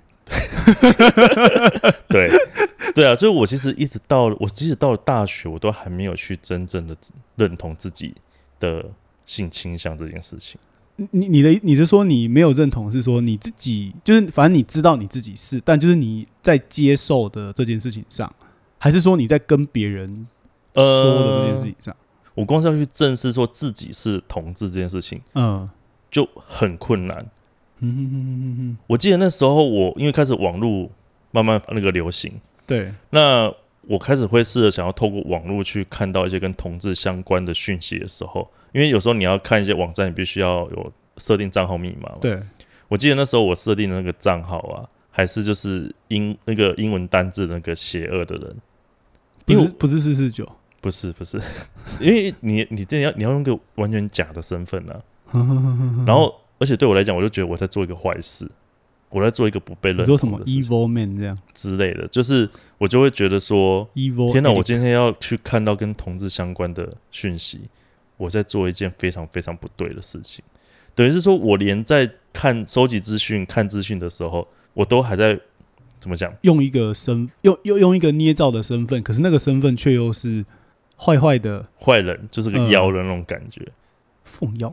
对，对啊，所以我其实一直到我即使到了大学，我都还没有去真正的认同自己的性倾向这件事情。 你你的你是说你没有认同，是说你自己就是反正你知道你自己是，但就是你在接受的这件事情上，还是说你在跟别人说的这件事情上？ 呃、我光是要去正视说自己是同志这件事情，嗯，就很困难。嗯哼哼哼哼，我记得那时候我因为开始网络慢慢那个流行， 对， 那我开始会试着想要透过网络去看到一些跟同志相关的讯息的时候。因为有时候你要看一些网站，你必须要有设定账号密码嘛。 对， 我记得那时候我设定的那个账号啊，还是就是英那个英文单字那个邪恶的人， 不是不是四四九， 不是不是，因为你你你要你要用个完全假的身份啊，然后而且对我来讲，我就觉得我在做一个坏事，我在做一个不被认同的事情， 你说什么 evil man 这样之类的，就是我就会觉得说， evil 天哪，我今天要去看到跟同志相关的讯息。我在做一件非常非常不对的事情，等于是说我连在看收集资讯、看资讯的时候，我都还在怎么讲？ 用一个身用用用一个捏造的身份，可是那个身份却又是坏坏的坏人，就是个妖的那种感觉。 凤、呃、妖，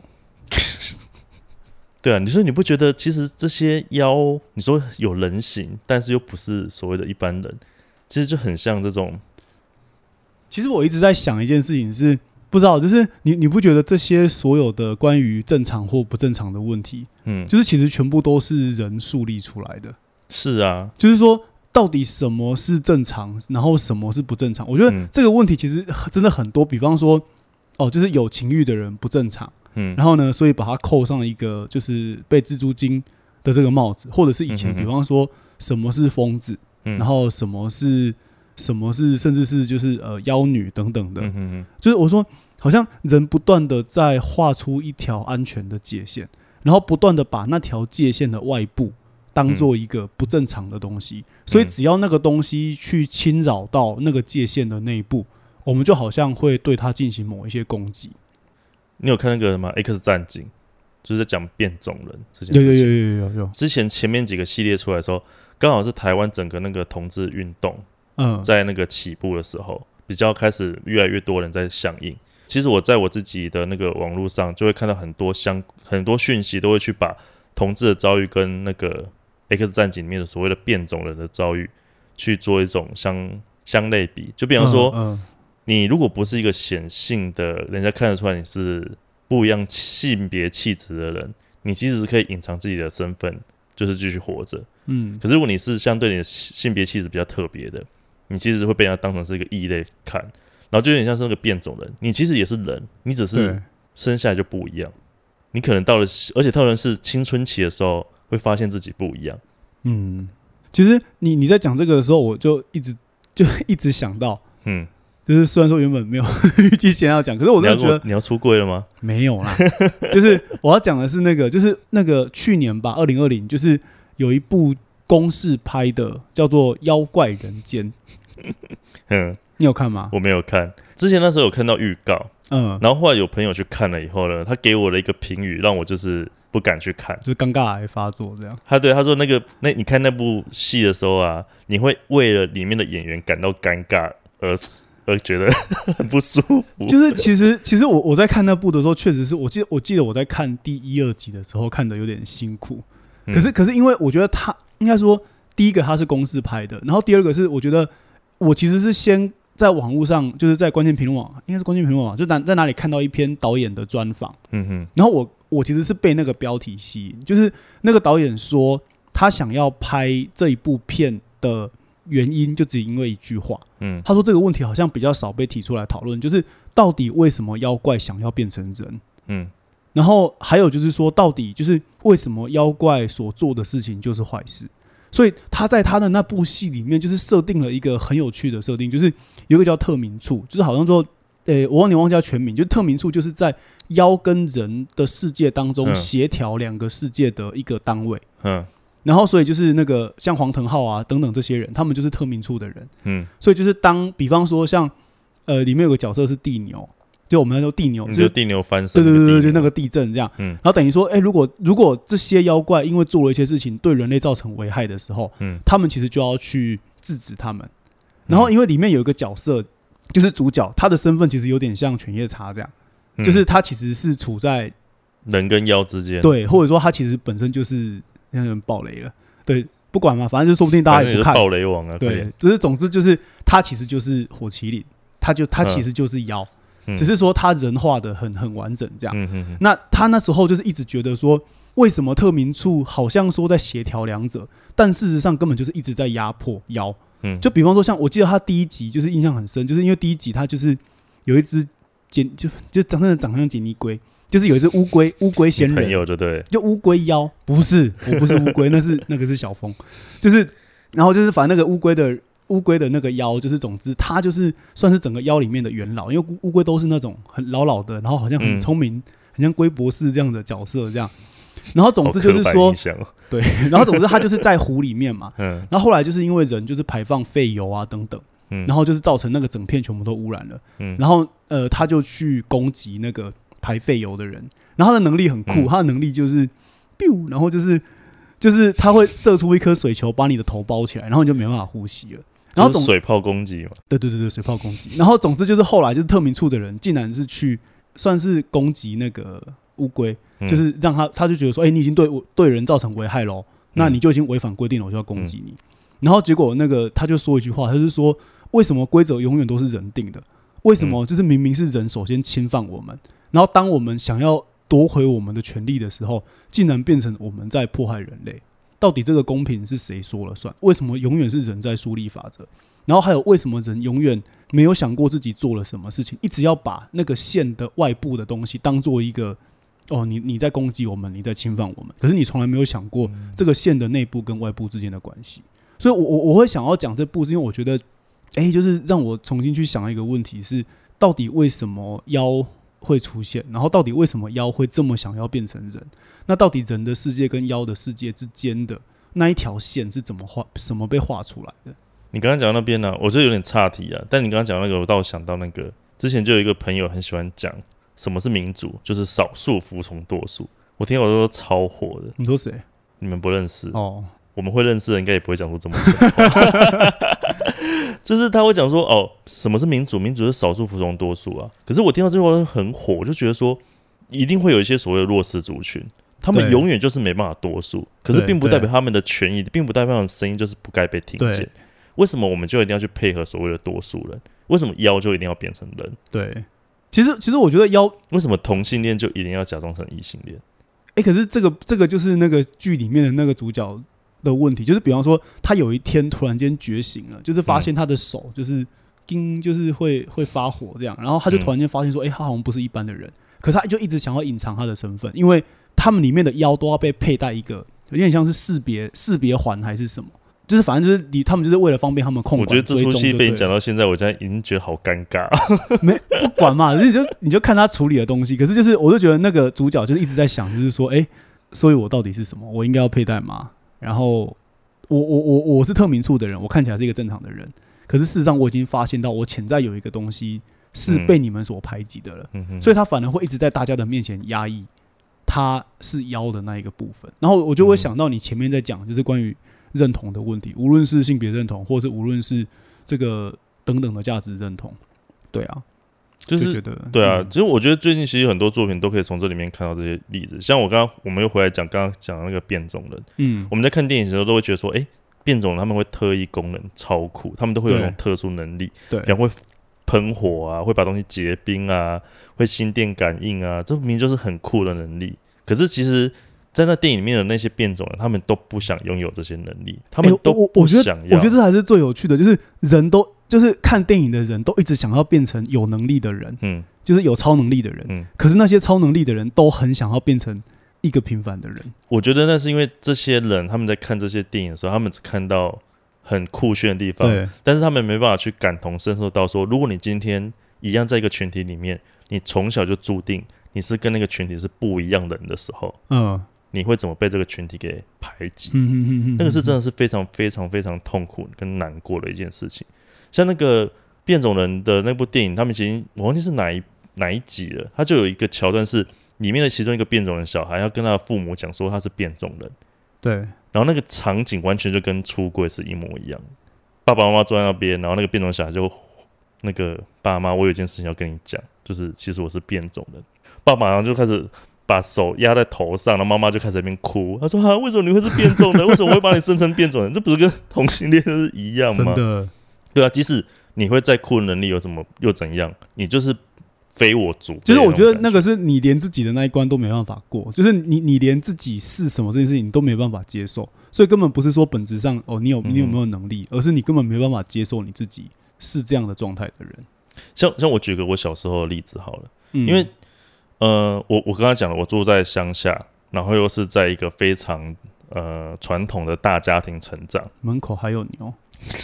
对啊，你说你不觉得其实这些妖，你说有人形，但是又不是所谓的一般人，其实就很像这种。 其实我一直在想一件事情是。不知道，就是你你不觉得这些所有的关于正常或不正常的问题，嗯，就是其实全部都是人树立出来的。 是啊， 就是说到底什么是正常，然后什么是不正常？我觉得这个问题其实真的很多，比方说，哦，就是有情欲的人不正常，嗯，然后呢，所以把它扣上了一个就是被蜘蛛精的这个帽子，或者是以前，嗯、比方说什么是疯子，嗯、然后什么是。什么是，甚至是就是呃妖女等等的，嗯、哼哼就是我说，好像人不断的在画出一条安全的界限，然后不断的把那条界限的外部当做一个不正常的东西，嗯、所以只要那个东西去侵扰到那个界限的内部，我们就好像会对它进行某一些攻击。 你有看那个吗 ？X 战警就是在讲变种人这件事情。 有有有有有有。 之前前面几个系列出来的时候，刚好是台湾整个那个同志运动。嗯，在那个起步的时候，比较开始越来越多人在响应。其实我在我自己的那个网络上，就会看到很多相很多讯息，都会去把同志的遭遇跟那个 X 战警里面的所谓的变种人的遭遇去做一种相相类比。就比方说，嗯嗯、你如果不是一个显性的，人家看得出来你是不一样性别气质的人，你其实是可以隐藏自己的身份，就是继续活着。嗯，可是如果你是相对你的性别气质比较特别的。你其实会被人家当成是一个异类看，然后就有点像是那个变种人。你其实也是人，你只是生下来就不一样。你可能到了，而且特别是青春期的时候，会发现自己不一样。 嗯，其实你你在讲这个的时候，我就一直就一直想到，嗯，就是虽然说原本没有预计先要讲，可是我真的觉得你要出柜了吗？ 没有啦，就是我要讲的是那个，就是那个去年吧，二零二零，就是有一部公视拍的，叫做《妖怪人间》。嗯，你有看吗？ 我没有看，之前那时候有看到预告，嗯，然后后来有朋友去看了以后呢，他给我的一个评语，让我就是不敢去看， 就是尴尬癌发作这样。 他对他说那个那你看那部戏的时候啊，你会为了里面的演员感到尴尬而而觉得很不舒服。 就是其实其实我我在看那部的时候，确实是我记得我记得我在看第一二集的时候看的有点辛苦，可是、嗯、可是因为我觉得他应该说第一个他是公视拍的，然后第二个是我觉得。我其实是先在网络上，就是在关键评论网，应该是关键评论网，就在哪里看到一篇导演的专访，嗯哼，然后我我其实是被那个标题吸引，就是那个导演说他想要拍这一部片的原因，就只因为一句话，嗯，他说这个问题好像比较少被提出来讨论，就是到底为什么妖怪想要变成人，嗯，然后还有就是说到底就是为什么妖怪所做的事情就是坏事。所以他在他的那部戏里面，就是设定了一个很有趣的设定，就是有一个叫特民处，就是好像说诶、欸，我忘记忘记全名，就是特民处就是在妖跟人的世界当中协调两个世界的一个单位。嗯，然后所以就是那个像黄腾浩啊等等这些人，他们就是特民处的人。嗯，所以就是当比方说像呃里面有个角色是地牛，就我们说地牛， 就地牛翻身， 对对对对，就那个地震这样。嗯，然后等于说，哎、欸，如果如果这些妖怪因为做了一些事情对人类造成危害的时候，嗯，他们其实就要去制止他们。然后因为里面有一个角色。就是主角，他的身份其实有点像犬夜叉这样，嗯、就是他其实是处在人跟妖之间， 对，或者说他其实本身就是让人爆雷了，对，不管嘛，反正就说不定大家也不看， 爆雷王啊， 对，就是总之就是他其实就是火麒麟，他就他其实就是妖，嗯、只是说他人化的很很完整这样。嗯、哼哼那他那时候就是一直觉得说，为什么特民处好像说在协调两者，但事实上根本就是一直在压迫妖。就比方说，像我记得他第一集就是印象很深，就是因为第一集他就是有一只简就就长得长得像杰尼龟，就是有一只乌龟乌龟仙人， 朋友就对， 就乌龟妖，不是我不是乌龟，那是那个是小峰，就是然后就是反正那个乌龟的乌龟的那个妖，就是总之他就是算是整个妖里面的元老，因为乌龟都是那种很老老的，然后好像很聪明，嗯、很像龟博士这样的角色这样。然后总之就是说，对，然后总之他就是在湖里面嘛，嗯，然后后来就是因为人就是排放废油啊等等，嗯，然后就是造成那个整片全部都污染了，嗯，然后呃他就去攻击那个排废油的人，然后他的能力很酷，嗯、他的能力就是，然后就是就是他会射出一颗水球把你的头包起来，然后你就没办法呼吸了，然后总水炮攻击嘛， 对对对对，水炮攻击，然后总之就是后来就是特民处的人竟然是去算是攻击那个。乌龟就是让他，他就觉得说，哎、欸，你已经对我对人造成危害喽，那你就已经违反规定了，我就要攻击你。嗯、然后结果那个他就说一句话，他就说，为什么规则永远都是人定的？为什么就是明明是人首先侵犯我们，然后当我们想要夺回我们的权利的时候，竟然变成我们在迫害人类？到底这个公平是谁说了算？为什么永远是人在树立法则？然后还有为什么人永远没有想过自己做了什么事情，一直要把那个线的外部的东西当做一个。哦，你你在攻击我们，你在侵犯我们，可是你从来没有想过这个线的内部跟外部之间的关系。所以我，我我会想要讲这部，是因为我觉得，哎、欸，就是让我重新去想一个问题是：到底为什么妖会出现？然后，到底为什么妖会这么想要变成人？那到底人的世界跟妖的世界之间的那一条线是怎么画、怎么被画出来的？ 你刚刚讲到那边呢、啊，我这有点岔题啊。但你刚刚讲那个，我倒想到那个之前就有一个朋友很喜欢讲。什么是民主？就是少数服从多数。我听我都超火的。 你说谁？ 你们不认识哦？ 我们会认识的，应该也不会讲出这么蠢的话。就是他会讲说，哦，什么是民主？民主是少数服从多数啊。可是我听到这句话很火，我就觉得说，一定会有一些所谓的弱势族群，他们永远就是没办法多数。可是并不代表他们的权益，并不代表他们的声音就是不该被听见。为什么我们就一定要去配合所谓的多数人？为什么妖就一定要变成人？ 对。其实，其实我觉得妖为什么同性恋就一定要假装成异性恋？ 哎、欸，可是这个这个就是那个剧里面的那个主角的问题，就是比方说他有一天突然间觉醒了，就是发现他的手就是叮，就是会会发火这样，然后他就突然间发现说，哎、欸，他好像不是一般的人，可是他就一直想要隐藏他的身份，因为他们里面的妖都要被佩戴一个有点像是识别识别环还是什么。就是反正就是你他们就是为了方便他们控管。 我觉得这出戏被你讲到现在，我现在已经觉得好尴尬。 没不管嘛，你就你就看他处理的东西。可是就是我就觉得那个主角就是一直在想，就是说，哎、欸，所以我到底是什么？我应该要佩戴吗？然后我我我我是特民处的人，我看起来是一个正常的人，可是事实上我已经发现到我潜在有一个东西是被你们所排挤的了，嗯、所以他反而会一直在大家的面前压抑他是妖的那一个部分。然后我就会想到你前面在讲，就是关于认同的问题，无论是性别认同，或是无论是这个等等的价值认同，对啊， 就是就觉得对啊。其实、嗯、我觉得最近其实很多作品都可以从这里面看到这些例子。像我刚刚我们又回来讲刚刚讲的那个变种人，嗯，我们在看电影的时候都会觉得说，哎、欸，变种人他们会特异功能超酷，他们都会有那种特殊能力，对，然后会喷火啊，会把东西结冰啊，会心电感应啊，这明明就是很酷的能力。可是其实在那电影里面的那些变种人，他们都不想拥有这些能力，他们都不想要、欸、 我, 我, 我觉得我觉得这才是最有趣的，就是人都就是看电影的人都一直想要变成有能力的人，嗯，就是有超能力的人，嗯，可是那些超能力的人都很想要变成一个平凡的人。 我觉得那是因为这些人他们在看这些电影的时候，他们只看到很酷炫的地方，但是他们没办法去感同身受到说，如果你今天一样在一个群体里面，你从小就注定你是跟那个群体是不一样的人的时候，嗯，你会怎么被这个群体给排挤？嗯嗯嗯，那个是真的是非常非常非常痛苦跟难过的一件事情。像那个变种人的那部电影，他们已经我忘记是哪一哪一集了，他就有一个桥段是里面的其中一个变种人小孩要跟他的父母讲说他是变种人， 对， 然后那个场景完全就跟出柜是一模一样。爸爸妈妈坐在那边，然后那个变种小孩就那个爸妈，我有一件事情要跟你讲，就是其实我是变种人。爸爸就开始把手压在头上，然后妈妈就开始在那边哭。他说：“哈、啊，为什么你会是变种人？为什么我会把你生成变种人？这不是跟同性恋是一样吗？” 真的， 对啊，即使你会再酷的能力有怎么又怎样，你就是非我族。 就是我觉得那个是你连自己的那一关都没办法过，就是你你连自己是什么这件事情你都没办法接受，所以根本不是说本质上哦你有你有没有能力，而是你根本没办法接受你自己是这样的状态的人。 像像我举个我小时候的例子好了，嗯、因为呃我我刚刚讲了，我住在乡下，然后又是在一个非常呃传统的大家庭成长， 门口还有牛。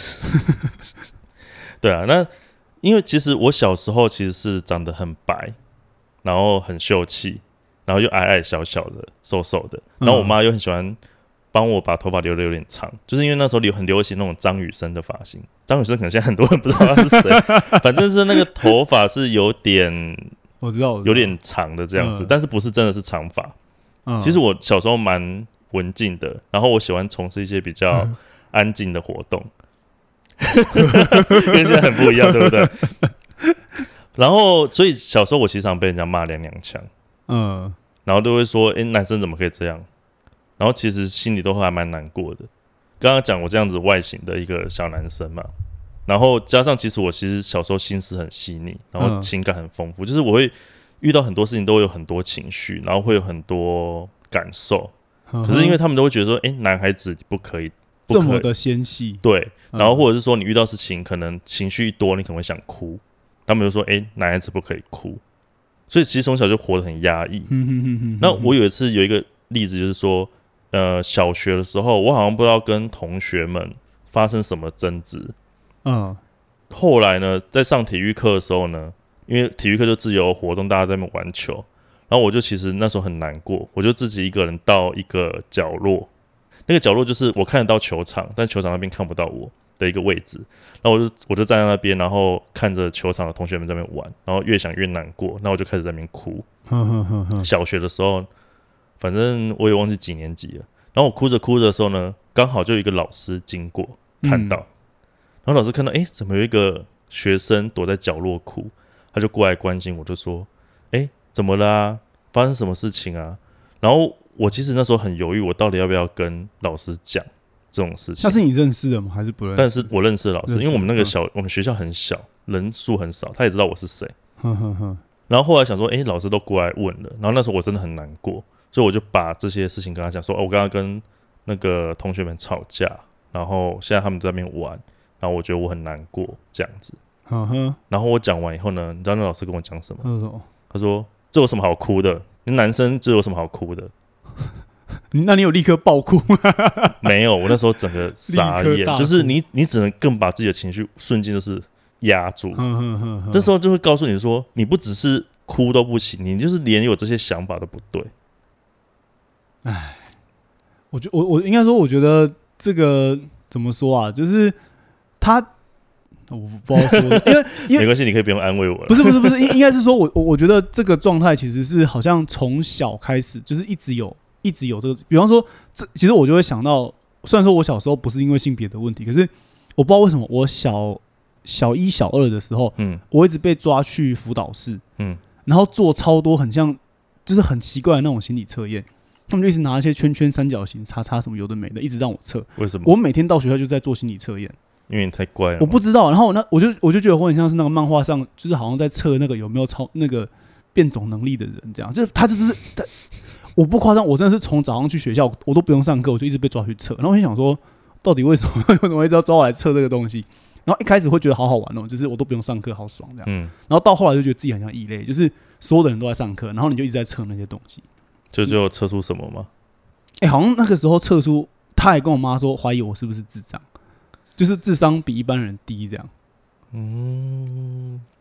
对啊，那因为其实我小时候其实是长得很白，然后很秀气，然后又矮矮小小的、瘦瘦的，然后我妈又很喜欢帮我把头发留得有点长，就是因为那时候很流行那种张雨生的发型。张雨生可能现在很多人不知道他是谁，反正是那个头发是有点， 我知道， 有点长的这样子，嗯、但是不是真的是长发。嗯、其实我小时候蛮文静的，然后我喜欢从事一些比较安静的活动。跟现在很不一样，对不对？然后，所以小时候我经常被人家骂娘娘腔，嗯，然后都会说：“哎、欸，男生怎么可以这样？”然后其实心里都还蛮难过的。刚刚讲我这样子外形的一个小男生嘛，然后加上其实我其实小时候心思很细腻，然后情感很丰富，嗯、就是我会遇到很多事情都会有很多情绪，然后会有很多感受。嗯、可是因为他们都会觉得说：“哎、欸，男孩子不可以。” 这么的纤细， 对，然后或者是说你遇到事情，可能情绪一多，你可能会想哭，他们就说：“哎、欸，男孩子不可以哭。”所以其实从小就活得很压抑。那我有一次有一个例子，就是说，呃，小学的时候，我好像不知道跟同学们发生什么争执，嗯，后来呢，在上体育课的时候呢，因为体育课就自由活动，大家在那边玩球，然后我就其实那时候很难过，我就自己一个人到一个角落。那个角落就是我看得到球场，但球场那边看不到我的一个位置。然后我就我就站在那边，然后看着球场的同学们在那边玩，然后越想越难过，那我就开始在那边哭。小学的时候，反正我也忘记几年级了。然后我哭着哭着的时候呢，刚好就有一个老师经过，看到，嗯、然后老师看到，哎，怎么有一个学生躲在角落哭？他就过来关心我，就说：“哎，怎么了啊？发生什么事情啊？”然后我其实那时候很犹豫，我到底要不要跟老师讲这种事情。 那是你认识的吗？还是不认识？ 但是我认识的老师，因为我们那个小，嗯、我们学校很小，人数很少，他也知道我是谁。然后后来想说，哎、欸，老师都过来问了，然后那时候我真的很难过，所以我就把这些事情跟他讲说，哦，我刚刚跟那个同学们吵架，然后现在他们都在那边玩，然后我觉得我很难过这样子。然后我讲完以后呢，你知道那老师跟我讲什么？他说：“这有什么好哭的？你男生这有什么好哭的？” 那你有立刻爆哭吗？ 没有，我那时候整个傻眼，就是你，你只能更把自己的情绪瞬间就是压住。这时候就会告诉你说，你不只是哭都不行，你就是连有这些想法都不对。 哎，我觉我我应该说，我觉得这个怎么说啊？就是他。我不知道说，因为因为没关系，你可以不用安慰我了。 不是不是不是，应该是说我我觉得这个状态其实是好像从小开始就是一直有一直有这个，比方说这其实我就会想到，虽然说我小时候不是因为性别的问题，可是我不知道为什么我小小一小二的时候，嗯，我一直被抓去辅导室，嗯，然后做超多很像就是很奇怪的那种心理测验，他们就一直拿一些圈圈、三角形、叉叉什么有的没的，一直让我测。 为什么？ 我每天到学校就在做心理测验。 因为你太乖了， 我不知道。然后那我就我就觉得我很像是那个漫画上，就是好像在测那个有没有超那个变种能力的人这样。就是他就是他，我不夸张，我真的是从早上去学校，我都不用上课，我就一直被抓去测。然后我就想说，到底为什么为什么一直要抓我来测这个东西？然后一开始会觉得好好玩哦，就是我都不用上课，好爽这样。嗯。然后到后来就觉得自己很像异类，就是所有的人都在上课，然后你就一直在测那些东西。 就最后测出什么吗？ 哎、欸，好像那个时候测出，他还跟我妈说怀疑我是不是智障。就是智商比一般人低，这样。 嗯，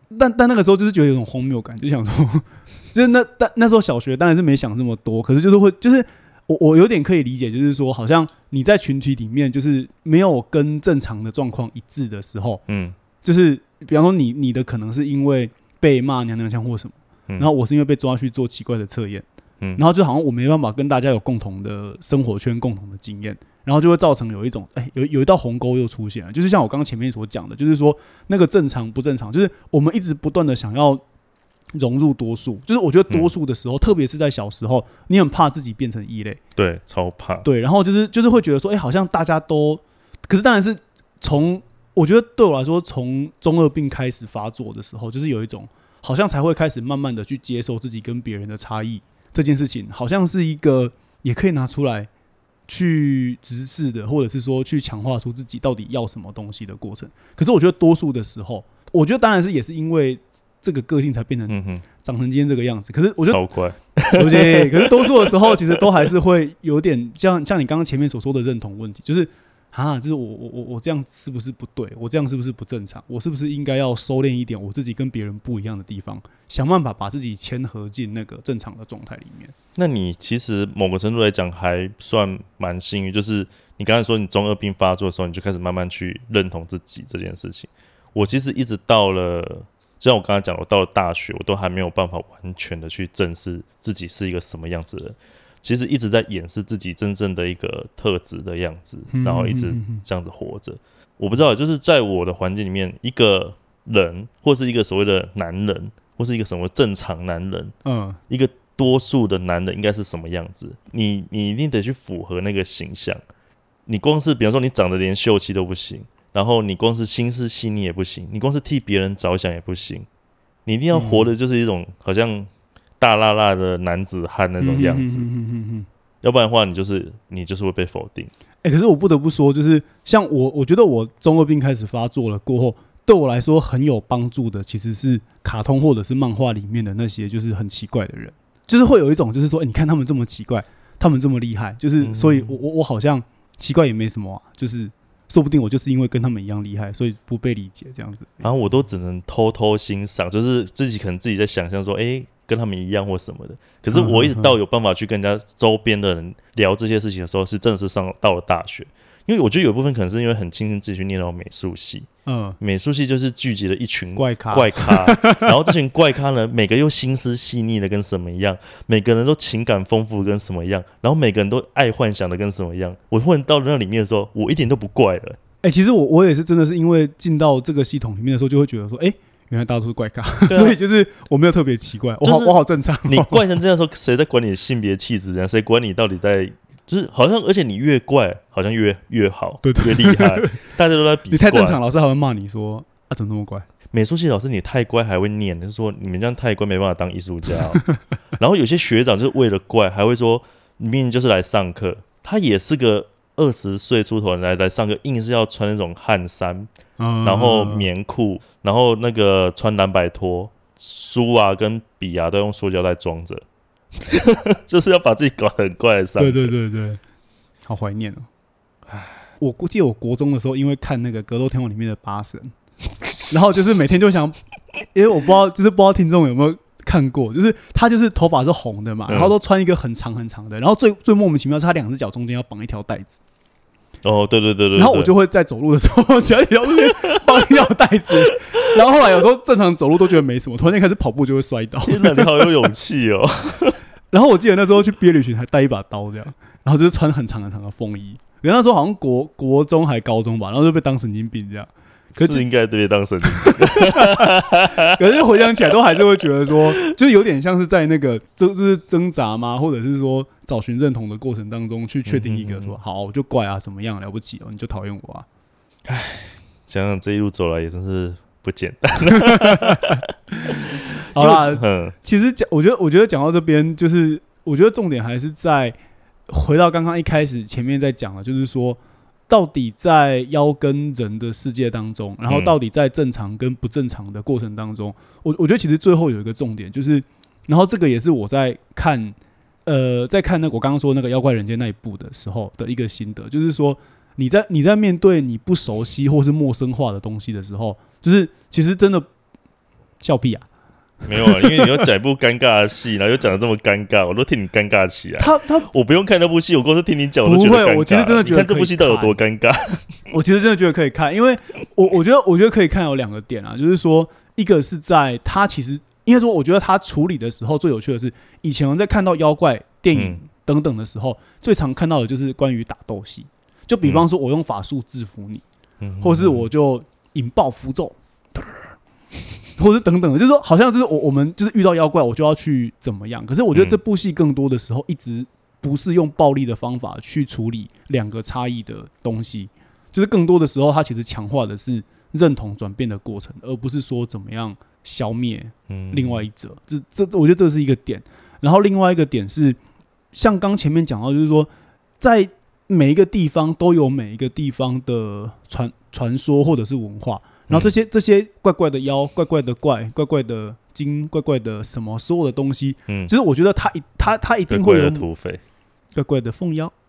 但但那个时候就是觉得有种荒谬感，就想说，就是那但那时候小学当然是没想这么多，可是就是会就是我我有点可以理解，就是说好像你在群体里面就是没有跟正常的状况一致的时候，嗯，就是比方说你你的可能是因为被骂娘娘腔或什么，嗯、然后我是因为被抓去做奇怪的测验，嗯，然后就好像我没办法跟大家有共同的生活圈、共同的经验。然后就会造成有一种，哎、欸，有有一道鸿沟又出现了，就是像我刚刚前面所讲的，就是说那个正常不正常，就是我们一直不断的想要融入多数，就是我觉得多数的时候，嗯、特别是在小时候，你很怕自己变成异类， 对，超怕， 对，然后就是就是会觉得说，哎、欸，好像大家都，可是当然是从我觉得对我来说，从中二病开始发作的时候，就是有一种好像才会开始慢慢的去接受自己跟别人的差异这件事情，好像是一个也可以拿出来。去直视的，或者是说去强化出自己到底要什么东西的过程。可是我觉得多数的时候，我觉得当然是也是因为这个个性才变成长成今天这个样子。可是我觉得超快， 对对。可是多数的时候，其实都还是会有点像像你刚刚前面所说的认同问题，就是啊，就是我我我我这样是不是不对？我这样是不是不正常？我是不是应该要收敛一点我自己跟别人不一样的地方，想办法把自己牵合进那个正常的状态里面？ 那你其实某个程度来讲还算蛮幸运，就是你刚才说你中二病发作的时候，你就开始慢慢去认同自己这件事情。我其实一直到了，就像我刚才讲，我到了大学，我都还没有办法完全的去正视自己是一个什么样子的人。其实一直在掩饰自己真正的一个特质的样子，然后一直这样子活着。我不知道，就是在我的环境里面，一个人或是一个所谓的男人，或是一个什么正常男人，嗯，一个多数的男人应该是什么样子？你你一定得去符合那个形象。你光是比方说你长得连秀气都不行，然后你光是心思细腻也不行，你光是替别人着想也不行，你一定要活的就是一种好像大辣辣的男子汉那种样子，嗯嗯嗯嗯嗯、要不然的话，你就是你就是会被否定。 哎、欸，可是我不得不说，就是像我，我觉得我中二病开始发作了过后，对我来说很有帮助的，其实是卡通或者是漫画里面的那些就是很奇怪的人，就是会有一种就是说，欸、你看他们这么奇怪，他们这么厉害，就是所以我我我好像奇怪也没什么啊，就是说不定我就是因为跟他们一样厉害，所以不被理解这样子。 然后我都只能偷偷欣赏，就是自己可能自己在想象说，哎、欸。跟他们一样或什么的，可是我一直到有办法去跟人家周边的人聊这些事情的时候，是真的是上到了大学，因为我觉得有一部分可能是因为很庆幸自己去念到美术系，嗯，美术系就是聚集了一群怪咖， 怪咖，然后这群怪咖呢，每个又心思细腻的跟什么一样，每个人都情感丰富跟什么一样，然后每个人都爱幻想的跟什么一样。我忽然到了那里面的时候，我一点都不怪了。 哎、欸，其实我我也是真的是因为进到这个系统里面的时候，就会觉得说，哎、欸。原来大家都是怪咖，啊、所以就是我没有特别奇怪，我好、就是、我好正常、哦。 你怪成这样的时候，谁在管你的性别气质？谁管你到底在？就是好像，而且你越怪，好像越越好， 对对越厉害。大家都在比怪。 你太正常，老师还会骂你说啊，怎么那么怪？ 美术系老师你太乖还会念，就是说你们这样太乖没办法当艺术家、哦。然后有些学长就是为了怪，还会说明明就是来上课，他也是个二十岁出头人来来上课，硬是要穿那种汗衫。然后棉裤，然后那个穿蓝白拖，书啊跟笔啊都用塑胶袋装着，就是要把自己搞得很怪的上。 对对对对，好怀念哦！我估计我国中的时候，因为看那个《格斗天王》里面的八神，然后就是每天就想，因为我不知道，就是不知道听众有没有看过，就是他就是头发是红的嘛，然后都穿一个很长很长的，然后最最莫名其妙是他两只脚中间要绑一条带子。 哦，对对对 对, 對， 然后我就会在走路的时候，脚一条路绑一条带子，然后后来有时候正常走路都觉得没什么，突然间开始跑步就会摔倒。 天哪，你好有勇气哦！ 然后我记得那时候去毕业旅行还带一把刀这样，然后就是穿很长很长的风衣。原来那时候好像国国中还高中吧，然后就被当神经病这样。 可是应该被当神经病， 可是回想起来都还是会觉得说，就是有点像是在那个就是挣扎嘛，或者是说找寻认同的过程当中去确定一个说，好，我就怪啊，怎么样了不起哦，你就讨厌我啊。 唉，想想这一路走来也真是不简单。 好啦，其实讲，我觉得，我觉得讲到这边，就是我觉得重点还是在回到刚刚一开始前面在讲的，就是说。到底在妖跟人的世界当中，然后到底在正常跟不正常的过程当中，我我觉得其实最后有一个重点，就是，然后这个也是我在看，呃，在看那个我刚刚说那个妖怪人间那一部的时候的一个心得，就是说你在你在面对你不熟悉或是陌生化的东西的时候，就是其实真的笑屁啊！ 没有啊，因为你又讲一部尴尬的戏，然后又讲的这么尴尬，我都替你尴尬起来。 他他我不用看那部戏，我光是听你讲我都觉得尴尬。 不会，我其实真的觉得你看这部戏到底有多尴尬。 我其实真的觉得可以看，因为我我觉得我觉得可以看有两个点啊，就是说一个是在他其实应该说，我觉得他处理的时候最有趣的是，以前我在看到妖怪电影等等的时候，嗯、最常看到的就是关于打斗戏，就比方说我用法术制服你，嗯、或是我就引爆符咒。或是等等的，就是说，好像就是我我们就是遇到妖怪，我就要去怎么样？可是我觉得这部戏更多的时候，一直不是用暴力的方法去处理两个差异的东西，就是更多的时候，它其实强化的是认同转变的过程，而不是说怎么样消灭另外一者。这这，我觉得这是一个点。然后另外一个点是，像刚前面讲到，就是说，在每一个地方都有每一个地方的传传说或者是文化。然后这些这些怪怪的妖、怪怪的怪、怪怪的精、怪怪的什么，所有的东西，嗯，就是我觉得他一他他一定会有怪怪的土匪、 怪怪的凤妖，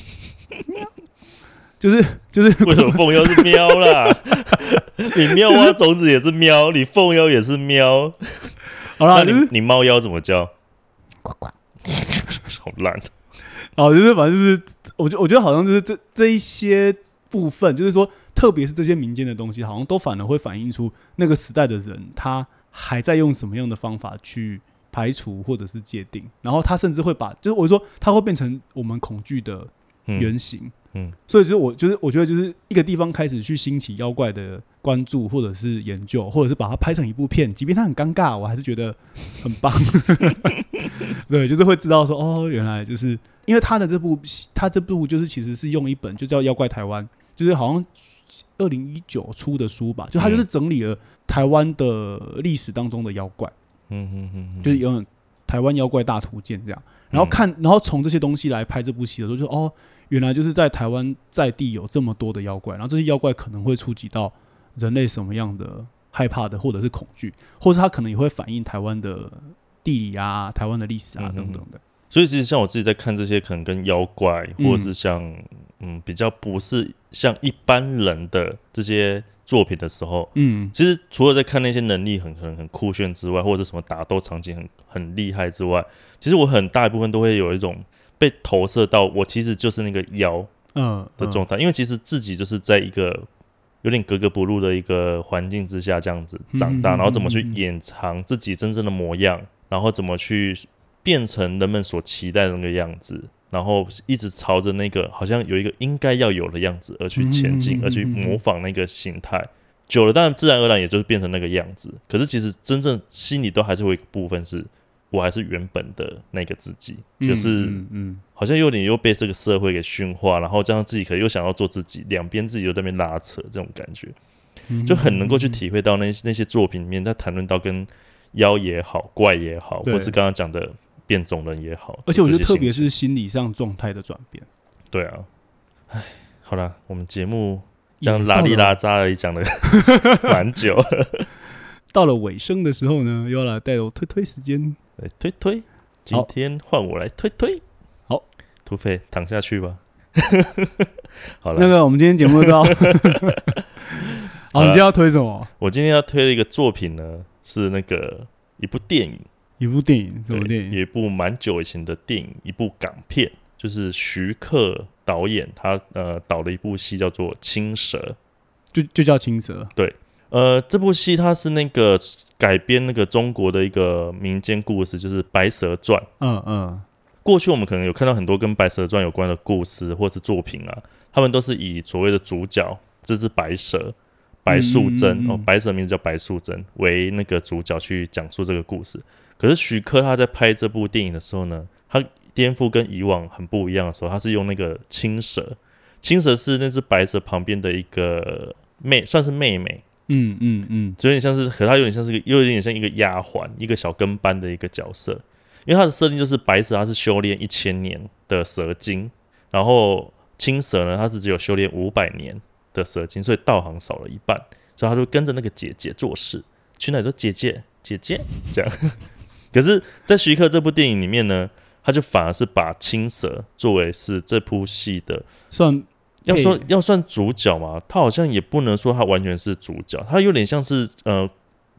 就是就是为什么凤妖是喵啦？你妙蛙种子也是喵，你凤妖也是喵。 好啦， 那你你猫妖怎么叫？ 呱呱， 好烂。 哦，就是反正就是，我觉我觉得好像就是这这一些部分，就是说。特别是这些民间的东西，好像都反而会反映出那个时代的人，他还在用什么样的方法去排除或者是界定，然后他甚至会把，就是我说他会变成我们恐惧的原型。嗯，嗯所以就是我就是我觉得就是一个地方开始去兴起妖怪的关注或者是研究，或者是把它拍成一部片，即便它很尴尬，我还是觉得很棒。对，就是会知道说哦，原来就是因为他的这部他这部就是其实是用一本就叫《妖怪台湾》，就是好像。二零一九出的书吧，就他就是整理了台湾的历史当中的妖怪，嗯嗯嗯，就是有台湾妖怪大图鉴这样，然后看，然后从这些东西来拍这部戏的时候，就说哦，原来就是在台湾在地有这么多的妖怪，然后这些妖怪可能会触及到人类什么样的害怕的，或者是恐惧，或是它可能也会反映台湾的地理啊、台湾的历史啊等等的。 所以其实像我自己在看这些可能跟妖怪，或者是像 嗯, 嗯比较不是像一般人的这些作品的时候，嗯，其实除了在看那些能力很可能很酷炫之外，或者什么打斗场景很很厉害之外，其实我很大一部分都会有一种被投射到我其实就是那个妖嗯的状态，嗯嗯、因为其实自己就是在一个有点格格不入的一个环境之下这样子长大，嗯嗯嗯嗯然后怎么去掩藏自己真正的模样，然后怎么去变成人们所期待的那个样子，然后一直朝着那个好像有一个应该要有的样子而去前进，而去模仿那个形态。久了，当然自然而然也就是变成那个样子。可是其实真正心里都还是会有一个部分是，我还是原本的那个自己。可是好像有点又被这个社会给驯化，然后这样自己可能又想要做自己，两边自己又在那边拉扯，这种感觉就很能够去体会到那那些作品里面，在谈论到跟妖也好、怪也好，或是刚刚讲的。变种人也好， 而且我觉得特别是心理上状态的转变。 对啊，哎，好啦，我们节目这样拉里拉扎的讲了蛮久了， 到了尾声的时候呢，又要来带我推推时间， 来推推。今天换我来推推， 好， 土匪躺下去吧。好了， 那个我们今天节目到，好，你今天要推什么？ 我今天要推的一个作品呢，是那个一部电影。 一部电影，什么电影？ 有一部蛮久以前的电影，一部港片，就是徐克导演他呃导了一部戏叫做《青蛇》， 就就叫《青蛇》。 对，呃，这部戏它是那个改编那个中国的一个民间故事，就是《白蛇传》。嗯嗯。过去我们可能有看到很多跟《白蛇传》有关的故事或是作品啊，他们都是以所谓的主角这只白蛇。白素贞、嗯嗯嗯哦，白蛇名字叫白素贞，为那个主角去讲述这个故事。可是徐克他在拍这部电影的时候呢，他颠覆跟以往很不一样的时候，他是用那个青蛇，青蛇是那只白蛇旁边的一个妹，算是妹妹，嗯嗯嗯，就有点像是，可他有点像是个，又有点像一个丫鬟，一个小跟班的一个角色。因为他的设定就是白蛇他是修炼一千年的蛇精，然后青蛇呢，他是只有修炼五百年的蛇精，所以道行少了一半，所以他就跟着那个姐姐做事，去哪里都姐姐姐姐这样。可是，在徐克这部电影里面呢，他就反而是把青蛇作为是这部戏的算要说要算主角嘛，他好像也不能说他完全是主角，他有点像是呃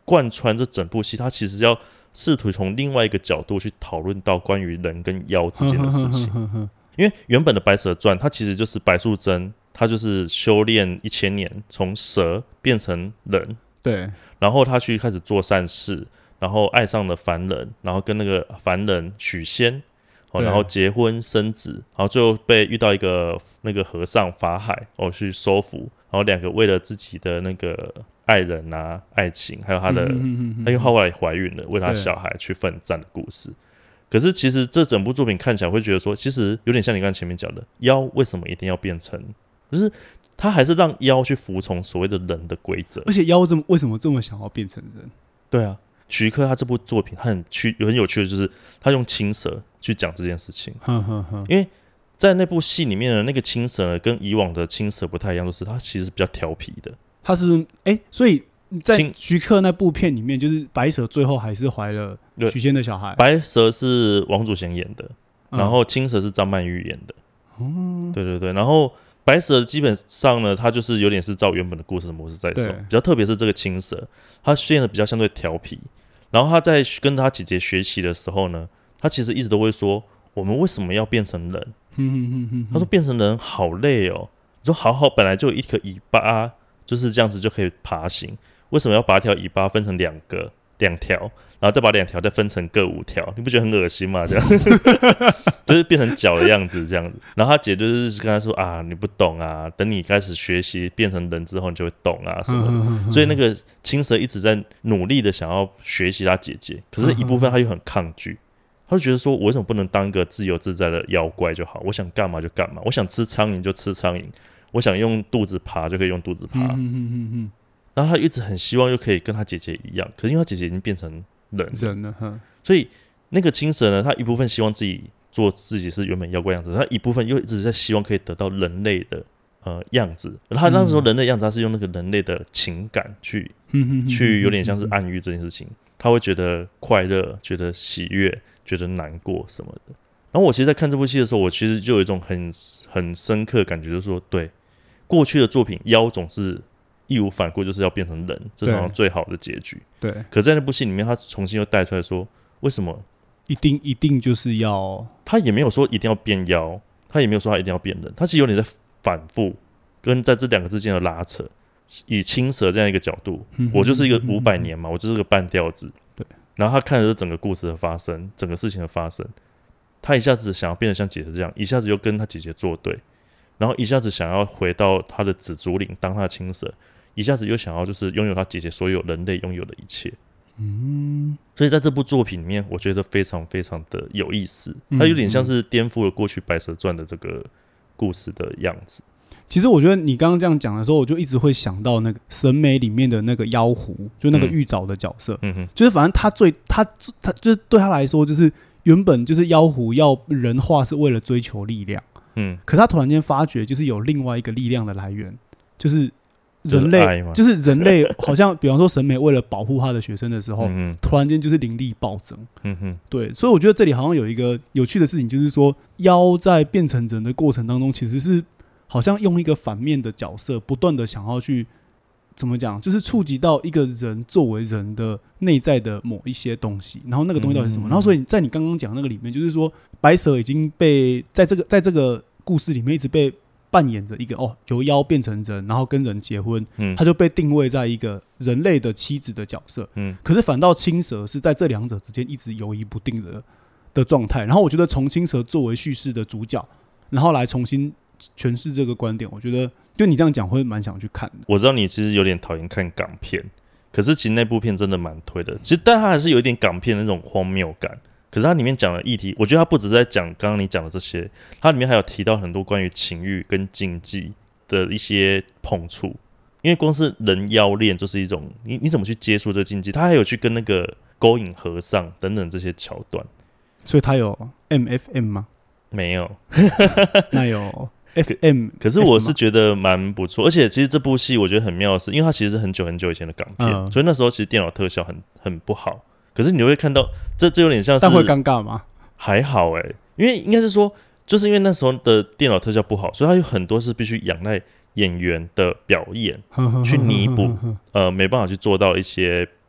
贯穿这整部戏，他其实要试图从另外一个角度去讨论到关于人跟妖之间的事情。因为原本的《白蛇传》它其实就是白素贞，她就是修炼一千年，从蛇变成人， 对， 然后她去开始做善事，然后爱上了凡人，然后跟那个凡人许仙，哦，然后结婚生子，然后最后被遇到一个那个和尚法海，哦，去收服，然后两个为了自己的那个爱人啊、爱情，还有她的，嗯嗯嗯嗯因为后来怀孕了，为她小孩去奋战的故事。可是其实这整部作品看起来会觉得说，其实有点像你刚才前面讲的，妖为什么一定要变成，就是他还是让妖去服从所谓的人的规则， 而且妖这么为什么这么想要变成人？ 对啊，徐克他这部作品他很趣，很有趣的就是他用青蛇去讲这件事情，呵呵呵因为在那部戏里面的那个青蛇呢，跟以往的青蛇不太一样，就是他其实比较调皮的， 他是哎、欸，所以。在徐克那部片里面，就是白蛇最后还是怀了许仙的小孩。 白蛇是王祖贤演的，然后青蛇是张曼玉演的。嗯，对对对。然后白蛇基本上呢，它就是有点是照原本的故事的模式在走。比较特别是这个青蛇，它变得比较相对调皮。然后他在跟他姐姐学习的时候呢，他其实一直都会说：“我们为什么要变成人？”嗯、他说：“变成人好累哦。你说好好本来就有一颗尾巴，就是这样子就可以爬行。”为什么要把一条尾巴分成两个两条，然后再把两条再分成各五条？你不觉得很恶心吗？这样就是变成脚的样子，这样子。然后他姐就是跟他说啊，你不懂啊，等你开始学习变成人之后，你就会懂啊什么的。所以那个青蛇一直在努力的想要学习他姐姐，可是一部分他又很抗拒，他就觉得说，我为什么不能当一个自由自在的妖怪就好？我想干嘛就干嘛，我想吃苍蝇就吃苍蝇，我想用肚子爬就可以用肚子爬。嗯嗯嗯嗯然后他一直很希望又可以跟他姐姐一样，可是因为他姐姐已经变成人了， 人了所以那个青蛇呢，他一部分希望自己做自己是原本妖怪样子，他一部分又一直在希望可以得到人类的呃样子。他那时候人类样子，他是用那个人类的情感去、嗯、去有点像是暗喻这件事情，他会觉得快乐、觉得喜悦、觉得难过什么的。然后我其实，在看这部戏的时候，我其实就有一种很很深刻的感觉，就是说，对过去的作品，妖总是义无反顾就是要变成人，这是最好的结局。 对， 可在那部戏里面，他重新又带出来说，为什么一定一定就是要？ 他也没有说一定要变妖，他也没有说他一定要变人，他其实有点在反复跟在这两个之间的拉扯。以青蛇这样一个角度，嗯、我就是一个五百年嘛，我就是个半吊子。 对， 然后他看着这整个故事的发生，整个事情的发生，他一下子想要变得像姐姐这样，一下子又跟他姐姐作对，然后一下子想要回到他的紫竹林当他的青蛇。一下子又想要就是拥有他姐姐所有人类拥有的一切，嗯，所以在这部作品里面，我觉得非常非常的有意思，它有点像是颠覆了过去《白蛇传》的这个故事的样子。 其实我觉得你刚刚这样讲的时候，我就一直会想到那个审美里面的那个妖狐，就那个玉藻的角色，嗯哼，就是反正他最他他就是对他来说，就是原本就是妖狐要人化是为了追求力量，嗯，可是他突然间发觉，就是有另外一个力量的来源，就是。人类就是人类，好像比方说审美为了保护他的学生的时候，嗯、突然间就是灵力暴增。嗯哼，对，所以我觉得这里好像有一个有趣的事情，就是说妖在变成人的过程当中，其实是好像用一个反面的角色，不断的想要去怎么讲，就是触及到一个人作为人的内在的某一些东西，然后那个东西到底是什么？嗯、然后所以在你刚刚讲那个里面，就是说白蛇已经被在这个在这个故事里面一直被。扮演着一个哦，由妖变成人，然后跟人结婚，嗯，他就被定位在一个人类的妻子的角色，嗯，可是反倒青蛇是在这两者之间一直游移不定的的状态。然后我觉得从青蛇作为叙事的主角，然后来重新诠释这个观点，我觉得就你这样讲会蛮想去看的。 我知道你其实有点讨厌看港片，可是其实那部片真的蛮推的。其实但它还是有一点港片的那种荒谬感。可是它里面讲的议题，我觉得它不只是在讲刚刚你讲的这些，它里面还有提到很多关于情欲跟禁忌的一些碰触。因为光是人妖恋就是一种，你你怎么去接触这个禁忌？他还有去跟那个勾引和尚等等这些桥段。 所以他有 M F M 吗？ 没有， 那有 F M 可。可是我是觉得蛮不错，而且其实这部戏我觉得很妙的是，因为它其实是很久很久以前的港片，嗯、所以那时候其实电脑特效很很不好。可是你会看到，这这有点像是， 但会尴尬吗？ 还好哎、欸，因为应该是说，就是因为那时候的电脑特效不好，所以它有很多是必须仰赖演员的表演去弥补，呃，没办法去做到一些表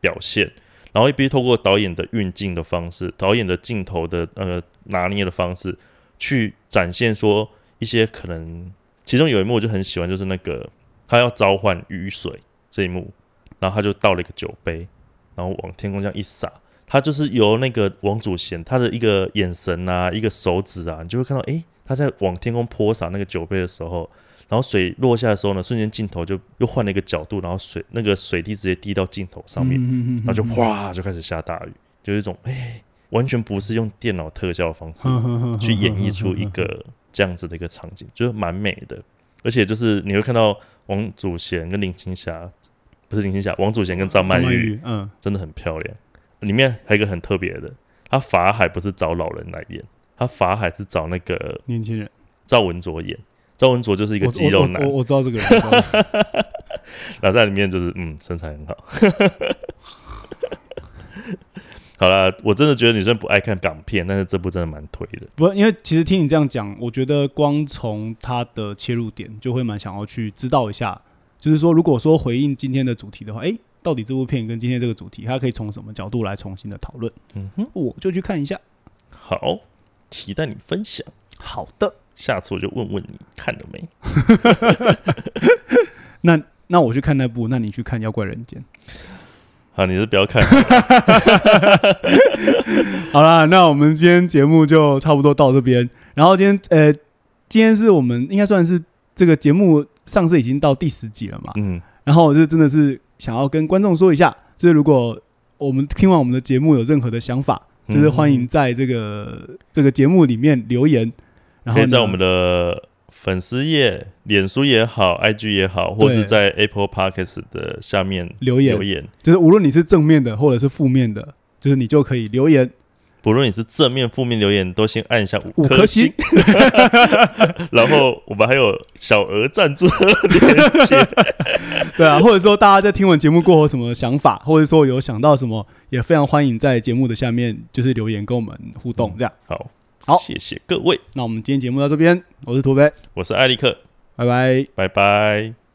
表现，然后必须透过导演的运镜的方式，导演的镜头的呃拿捏的方式，去展现说一些可能，其中有一幕我就很喜欢，就是那个他要召唤雨水这一幕，然后他就倒了一个酒杯，然后往天空这样一洒，他就是由那个王祖贤他的一个眼神啊，一个手指啊，你就会看到，诶，他在往天空泼洒那个酒杯的时候。然后水落下的时候呢，瞬间镜头就又换了一个角度，然后水那个水滴直接滴到镜头上面，然后就哗就开始下大雨，就有一种哎，完全不是用电脑特效的方式去演绎出一个这样子的一个场景，就是蛮美的。而且就是你会看到王祖贤跟林青霞，不是林青霞，王祖贤跟张曼玉，嗯，真的很漂亮。里面还有一个很特别的，他法海不是找老人来演，他法海是找那个年轻人赵文卓演。赵文卓就是一个肌肉男， 我 我, 我, 我知道这个人， 然后在里面就是嗯身材很好。好啦，我真的觉得女生不爱看港片，但是这部真的蛮推的。 不，因为其实听你这样讲，我觉得光从它的切入点就会蛮想要去知道一下，就是说如果说回应今天的主题的话，哎，到底这部片跟今天这个主题，它可以从什么角度来重新的讨论？嗯哼，我就去看一下。 好，期待你分享。 好的。 下次我就问问你看了没？ 那那我去看那部，那你去看《妖怪人间》。 好，你是不要看。 好啦，那我们今天节目就差不多到这边。然后今天呃，今天是我们应该算是这个节目上市已经到第十集了嘛。嗯。然后我就真的是想要跟观众说一下，就是如果我们听完我们的节目有任何的想法，就是欢迎在这个、嗯、这个节目里面留言。 可以在我们的粉丝页、脸书也好、I G 也好，或是在 Apple Podcast 的下面留言，留言就是无论你是正面的或者是负面的，就是你就可以留言。 不论你是正面、负面留言，都先按一下五颗星。然后我们还有小额赞助的连结。 对啊，或者说大家在听完节目过后有什么想法，或者说有想到什么，也非常欢迎在节目的下面就是留言跟我们互动。这样、 嗯、好。 好， 谢谢各位。 那我们今天节目到这边，我是土飞， 我是艾利克， 拜拜， 拜拜。